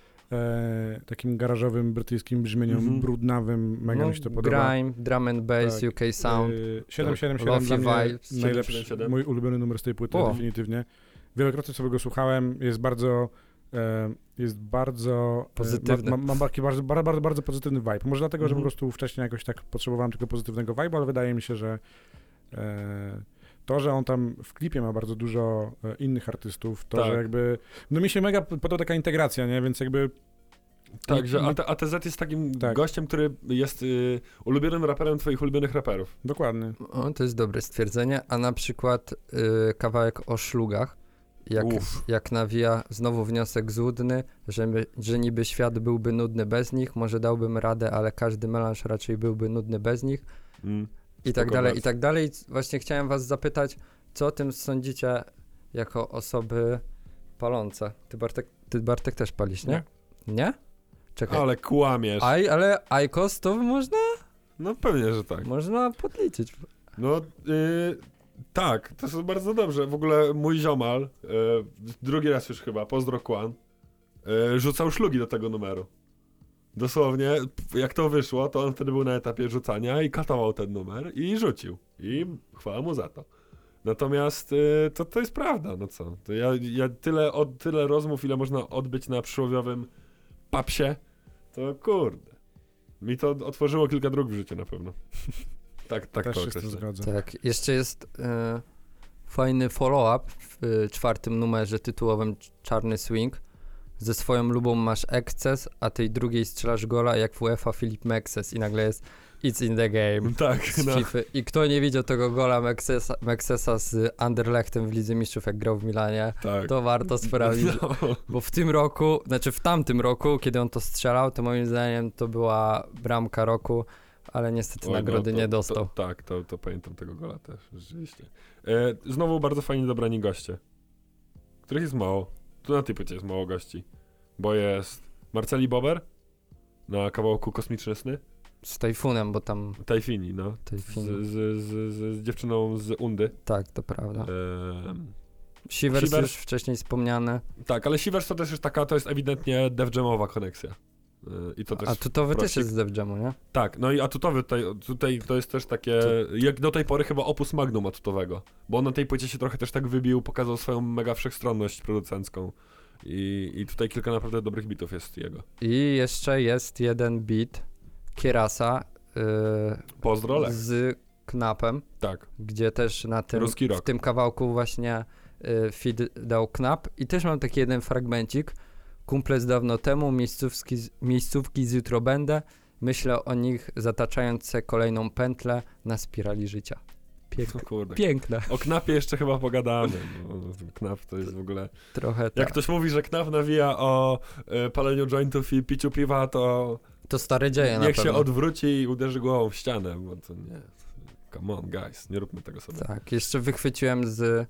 e, takim garażowym brytyjskim brzmieniom, Mhm. brudnawym, mega No, mi się to podoba. grime, drum and bass, Tak. U K sound. Y, siedem siedem Tak. siedem dla Lofi mnie vibes. najlepszy, siedem siedem siedem. mój ulubiony numer z tej płyty, O. definitywnie. Wielokrotnie sobie go słuchałem, jest bardzo, e, jest bardzo... e, Pozytywny. Ma, ma, ma taki bardzo, bardzo, bardzo, bardzo pozytywny vibe. Może dlatego, że po Mhm. prostu wcześniej jakoś tak potrzebowałem tylko pozytywnego vibe'u, ale wydaje mi się, że e, to, że on tam w klipie ma bardzo dużo e, innych artystów, to, Tak. że jakby... No mi się mega podoba taka integracja, nie? Więc jakby... Tak, że mi- A T- A T Z jest takim Tak. gościem, który jest y, ulubionym raperem twoich ulubionych raperów. Dokładnie. O, to jest dobre stwierdzenie, a na przykład y, kawałek o szlugach, jak, Uff. jak nawija znowu wniosek złudny, że, my, że niby świat byłby nudny bez nich, może dałbym radę, ale każdy melanż raczej byłby nudny bez nich Mm. i tak Spoko dalej, i wers. tak dalej. Właśnie chciałem was zapytać, co o tym sądzicie jako osoby palące? Ty Bartek, ty Bartek też palisz, nie? Nie? Czekaj. Ale kłamiesz. Aj, ale Aikos to można, No pewnie, że tak. można podliczyć. No y, tak, to jest bardzo dobrze. W ogóle mój ziomal, y, drugi raz już chyba, pozdro Kłan, y, rzucał szlugi do tego numeru. Dosłownie, p- jak to wyszło, to on wtedy był na etapie rzucania i katował ten numer i rzucił. I chwała mu za to. Natomiast y, to, to jest prawda, no co. To ja, ja tyle, od, tyle rozmów, ile można odbyć na przysłowiowym papsie, to kurde. Mi to otworzyło kilka dróg w życiu na pewno. tak, tak Też to się z tym określę. zgodzę. Tak, jeszcze jest e, fajny follow-up w e, czwartym numerze tytułowym Cz- Czarny Swing. Ze swoją lubą masz eksces, a tej drugiej strzelasz gola jak w UEFA Filip Mexes i nagle jest It's in the game Tak, z no. FIFA. I kto nie widział tego gola Mexesa, Mexesa z Anderlechtem w Lidze Mistrzów, jak grał w Milanie, tak. to warto sprawdzić. No. Bo w tym roku, znaczy w tamtym roku, kiedy on to strzelał, to moim zdaniem to była bramka roku, ale niestety Oj, no, nagrody to- nie dostał. To, tak, to, to pamiętam tego gola też, rzeczywiście. E, znowu bardzo fajnie dobrani goście, których jest mało. Tu na tej płycie jest mało gości, bo jest Marceli Bober na kawałku Kosmiczne Sny, Z Tajfunem, bo tam Tajfini, no, z, Tajfun. z, z, z, z dziewczyną z Undy. Tak, to prawda. E, Shivers Shivers- już wcześniej wspomniane. tak, ale Shivers to też jest taka, to jest ewidentnie Def Jamowa koneksja. E, I to też A tutowy też prosik. jest z Def Jamu, nie? Tak, no i atutowy tutaj, tutaj to jest też takie, jak do tej pory chyba opus magnum atutowego, bo on na tej płycie się trochę też tak wybił, pokazał swoją mega wszechstronność producencką i, i tutaj kilka naprawdę dobrych bitów jest jego. I jeszcze jest jeden beat Kierasa Pozdro, yy, Lech. z Knapem, Tak, gdzie też na tym, Ruski w rock. tym kawałku właśnie yy, feed dał Knap. I też mam taki jeden fragmencik. Kumple z dawno temu, miejscówki, z- miejscówki z jutro będę. Myślę o nich zataczając se kolejną pętlę na spirali życia. No Piękne. kurde. Piękne. O Knapie jeszcze chyba pogadamy, bo Knap to jest w ogóle... Trochę Jak tak. ktoś mówi, że Knap nawija o e, paleniu jointów i piciu piwa, to To stare dzieje na niech pewno. się odwróci i uderzy głową w ścianę, bo to nie... Come on, guys, nie róbmy tego sobie. Tak, jeszcze wychwyciłem z y,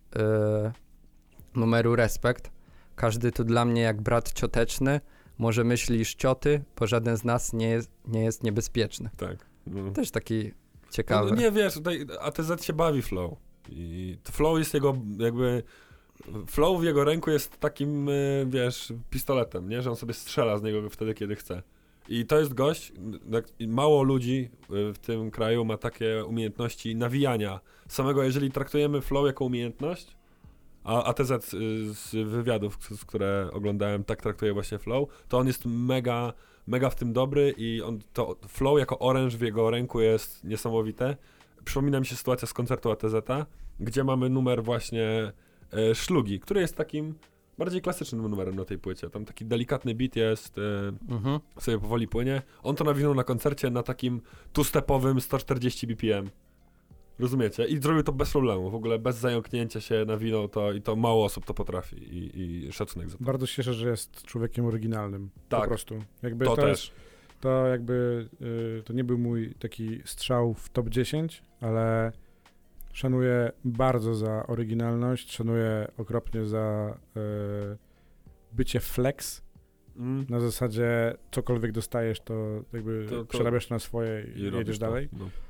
numeru Respekt. Każdy tu dla mnie jak brat cioteczny. Może myślisz cioty, bo żaden z nas nie jest, nie jest niebezpieczny. Tak. No. Też taki No, ciekawy. no nie wiesz, tutaj A T Z się bawi flow. I to flow jest jego jakby. Flow w jego ręku jest takim, y, wiesz, pistoletem, nie? Że on sobie strzela z niego wtedy, kiedy chce. I to jest gość, tak, i mało ludzi y, w tym kraju ma takie umiejętności nawijania samego, jeżeli traktujemy flow jako umiejętność, a A T Z y, z wywiadów, z, z które oglądałem, tak traktuje właśnie flow, to on jest mega, mega w tym dobry i on to flow jako oręż w jego ręku jest niesamowite. przypomina mi się sytuacja z koncertu A T Z, gdzie mamy numer właśnie e, Szlugi, który jest takim bardziej klasycznym numerem na tej płycie. Tam taki delikatny beat jest, e, Mhm. sobie powoli płynie. On to nawinął na koncercie na takim two-stepowym sto czterdzieści B P M. Rozumiecie? I zrobił to bez problemu, w ogóle bez zająknięcia się, nawinął to i to mało osób to potrafi i, i szacunek za to. Bardzo się cieszę, że jest człowiekiem oryginalnym. Tak. Po prostu. Jakby To to, też. jest, to jakby y, to nie był mój taki strzał w top dziesięć, ale szanuję bardzo za oryginalność, szanuję okropnie za y, bycie flex. Mm. Na zasadzie cokolwiek dostajesz, to jakby To- to- przerabiasz na swoje i, I robisz jedziesz to, dalej. no.